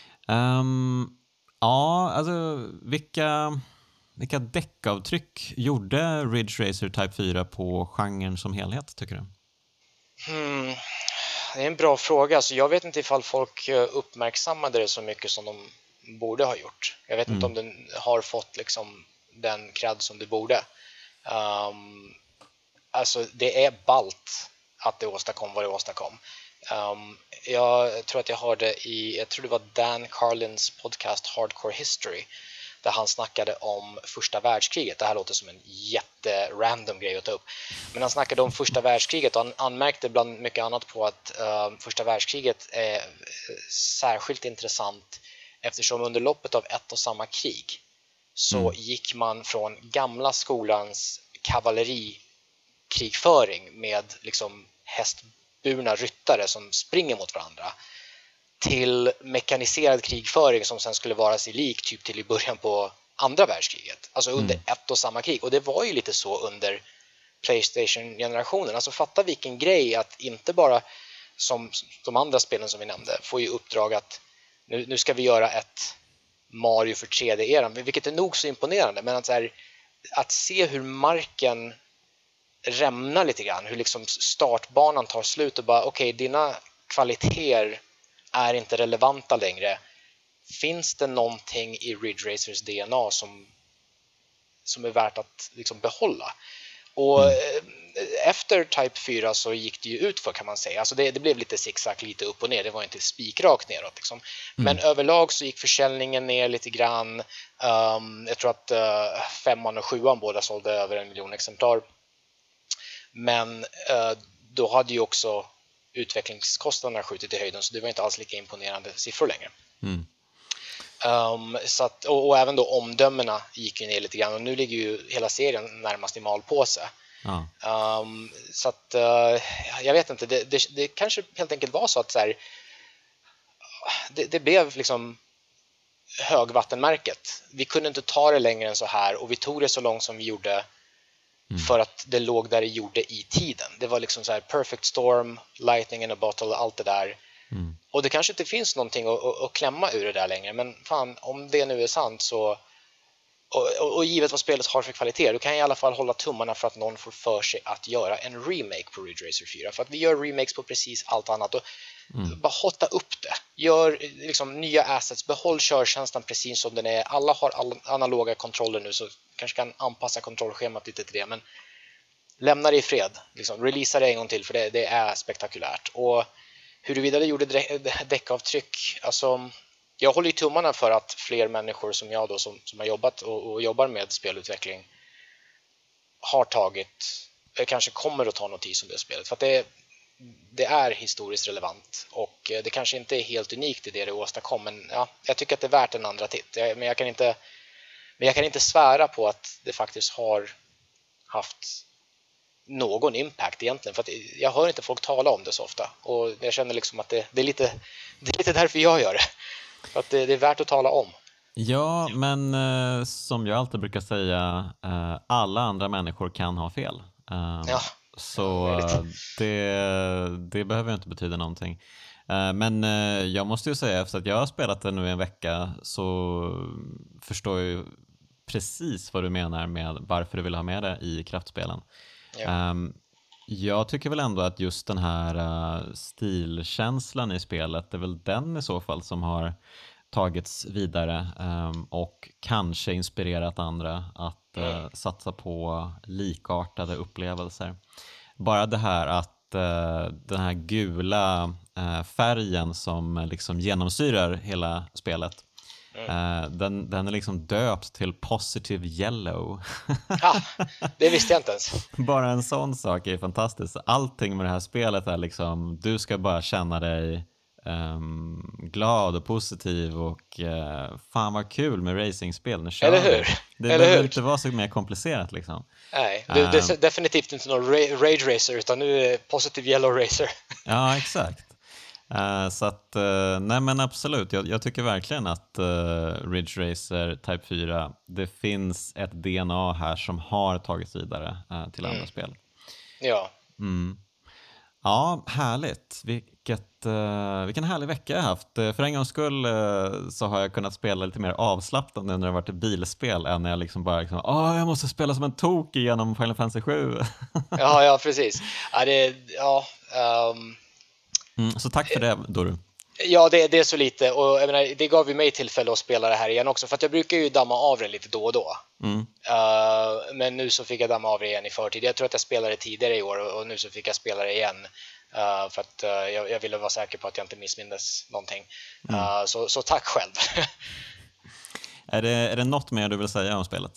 Um, ja, alltså vilka... Vilka däckavtryck gjorde Ridge Racer Type fyra på genren som helhet, tycker du? Hmm. Det är en bra fråga. Alltså, jag vet inte ifall folk uppmärksammade det så mycket som de borde ha gjort. Jag vet mm. inte om den har fått liksom, den cred som det borde. Um, alltså, det är ballt att det åstadkom vad det åstadkom. Um, jag tror att jag hörde i, jag tror det var Dan Carlins podcast Hardcore History, där han snackade om första världskriget. Det här låter som en jätterandom grej att ta upp. Men han snackade om första världskriget och han anmärkte bland mycket annat på att uh, första världskriget är särskilt intressant eftersom under loppet av ett och samma krig så mm. gick man från gamla skolans kavallerikrigföring med liksom hästburna ryttare som springer mot varandra till mekaniserad krigföring som sen skulle vara sig lik typ till i början på andra världskriget. Alltså under mm. ett och samma krig. Och det var ju lite så under PlayStation-generationen. Alltså fatta vilken grej att inte bara som de andra spelen som vi nämnde får ju uppdrag att nu, nu ska vi göra ett Mario för tre D-eran, vilket är nog så imponerande. Men att, så här, att se hur marken rämnar lite grann, hur liksom startbanan tar slut och bara okej, okay, dina kvaliteter är inte relevanta längre. Finns det någonting i Ridge Racers D N A som, som är värt att liksom behålla? Och mm. efter Type fyra så gick det ju ut för, kan man säga. Alltså det, det blev lite zigzag, lite upp och ner. Det var inte spikrakt neråt liksom. Men mm. överlag så gick försäljningen ner lite grann. Um, jag tror att uh, femman och sjuan båda sålde över en miljon exemplar. Men uh, då hade ju också utvecklingskostnaderna skjutit i höjden, så det var inte alls lika imponerande siffror längre. Mm. Um, så att, och, och även då omdömena gick ju ner lite grann, och nu ligger ju hela serien närmast i malpåse. Ja. Um, så att uh, jag vet inte, det, det, det kanske helt enkelt var så att så här, det, det blev liksom högvattenmärket. Vi kunde inte ta det längre än så här, och vi tog det så långt som vi gjorde mm. för att det låg där det gjorde i tiden. Det var liksom så här perfect storm, lightning in a bottle, allt det där. Mm. Och det kanske inte finns någonting att, att, att klämma ur det där längre, men fan, om det nu är sant så och, och, och givet vad spelet har för kvalitet, då kan jag i alla fall hålla tummarna för att någon får för sig att göra en remake på Ridge Racer fyra, för att vi gör remakes på precis allt annat, och mm. bara hotta upp det, gör liksom nya assets, behåll körkänslan precis som den är. Alla har all, analoga kontroller nu, så kanske kan anpassa kontrollschemat lite till det, men lämna det i fred, liksom, releasa det en gång till, för det, det är spektakulärt. Och huruvida det gjorde däckavtryck, alltså jag håller ju tummarna för att fler människor som jag då, som, som har jobbat och, och jobbar med spelutveckling, har tagit, kanske kommer att ta notis om det spelet, för att det, det är historiskt relevant, och det kanske inte är helt unikt i det det åstadkom, men ja, jag tycker att det är värt en andra titt. Jag, men, jag kan inte, men jag kan inte svära på att det faktiskt har haft någon impact egentligen, för att jag hör inte folk tala om det så ofta, och jag känner liksom att det, det, är, lite, det är lite därför jag gör det, för att det, det är värt att tala om. Ja, men eh, som jag alltid brukar säga, eh, alla andra människor kan ha fel. Eh, ja. Så det, det behöver inte betyda någonting. Eh, men eh, jag måste ju säga, efter att jag har spelat det nu en vecka, så förstår jag ju precis vad du menar med varför du vill ha med det i kraftspelen. Ja. Um, jag tycker väl ändå att just den här uh, stilkänslan i spelet är väl den i så fall som har tagits vidare um, och kanske inspirerat andra att uh, satsa på likartade upplevelser. Bara det här att uh, den här gula uh, färgen som liksom genomsyrar hela spelet, Uh, den, den är liksom döpt till Positive Yellow. Ja, det visste jag inte ens. Bara en sån sak är fantastisk. Allting med det här spelet är liksom, du ska bara känna dig um, glad och positiv, och uh, fan vad kul med racingspel. Nu kör Eller hur? Det Eller behöver hur? inte vara så mer komplicerat liksom. Nej, det, uh, det är definitivt inte någon Rage Racer, utan nu är Positive Yellow Racer. Ja, exakt. Uh, så att, uh, nej men absolut, jag, jag tycker verkligen att uh, Ridge Racer Type fyra, det finns ett D N A här som har tagits vidare uh, till andra mm. spel. Ja. Mm. Ja, härligt. Vilket, uh, vilken härlig vecka jag har haft. Uh, för en gångs skull uh, så har jag kunnat spela lite mer avslappnat nu när det har varit ett bilspel, än när jag liksom bara liksom, åh, jag måste spela som en tok igenom Final Fantasy sju. ja, ja, precis. Ja, det, ja, um... Mm, så tack för det, Doru. Ja, det, det är så lite, och jag menar, det gav ju mig tillfälle att spela det här igen också, för att jag brukar ju damma av det lite då och då. Mm. Uh, men nu så fick jag damma av det igen i förtid. Jag tror att jag spelade tidigare i år, och nu så fick jag spela det igen uh, för att uh, jag, jag ville vara säker på att jag inte missmindes någonting. Mm. Uh, så, så tack själv. är, det, är det något mer du vill säga om spelet?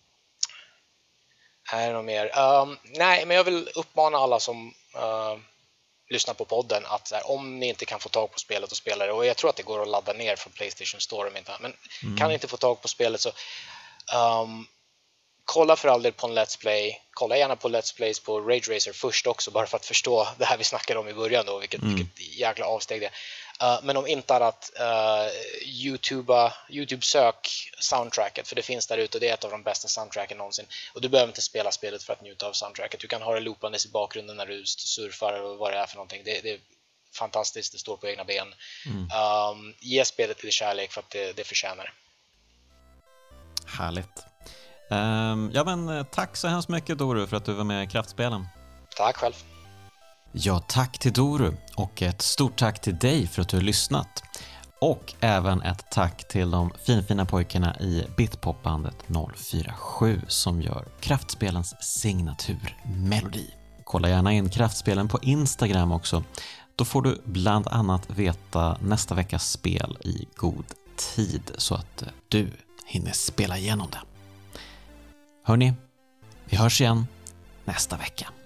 Är det något mer? Um, nej, men jag vill uppmana alla som uh, lyssna på podden att så här, om ni inte kan få tag på spelet och spela det, och jag tror att det går att ladda ner från PlayStation Store, men mm. kan ni inte få tag på spelet, så um, kolla för all del på en Let's Play, kolla gärna på Let's Plays på Rage Racer först också, bara för att förstå det här vi snackade om i början då, vilket, mm. vilket jäkla avsteg det. Uh, men om inte annat, uh, YouTube, YouTube sök soundtracket, för det finns där ute, och det är ett av de bästa soundtracken någonsin, och du behöver inte spela spelet för att njuta av soundtracket. Du kan ha det loopandes i bakgrunden när du surfar och vad det är för någonting. Det, det är fantastiskt, det står på egna ben. Mm. Um, ge spelet lite kärlek för att det, det förtjänar. Härligt. Um, ja, men tack så hemskt mycket, Doru, för att du var med i Kraftspelen. Tack själv. Ja, tack till Doru, och ett stort tack till dig för att du har lyssnat. Och även ett tack till de finfina pojkarna i Bitpopbandet noll fyra sju som gör Kraftspelens signaturmelodi. Kolla gärna in Kraftspelen på Instagram också. Då får du bland annat veta nästa veckas spel i god tid så att du hinner spela igenom det. Hörni, vi hörs igen nästa vecka.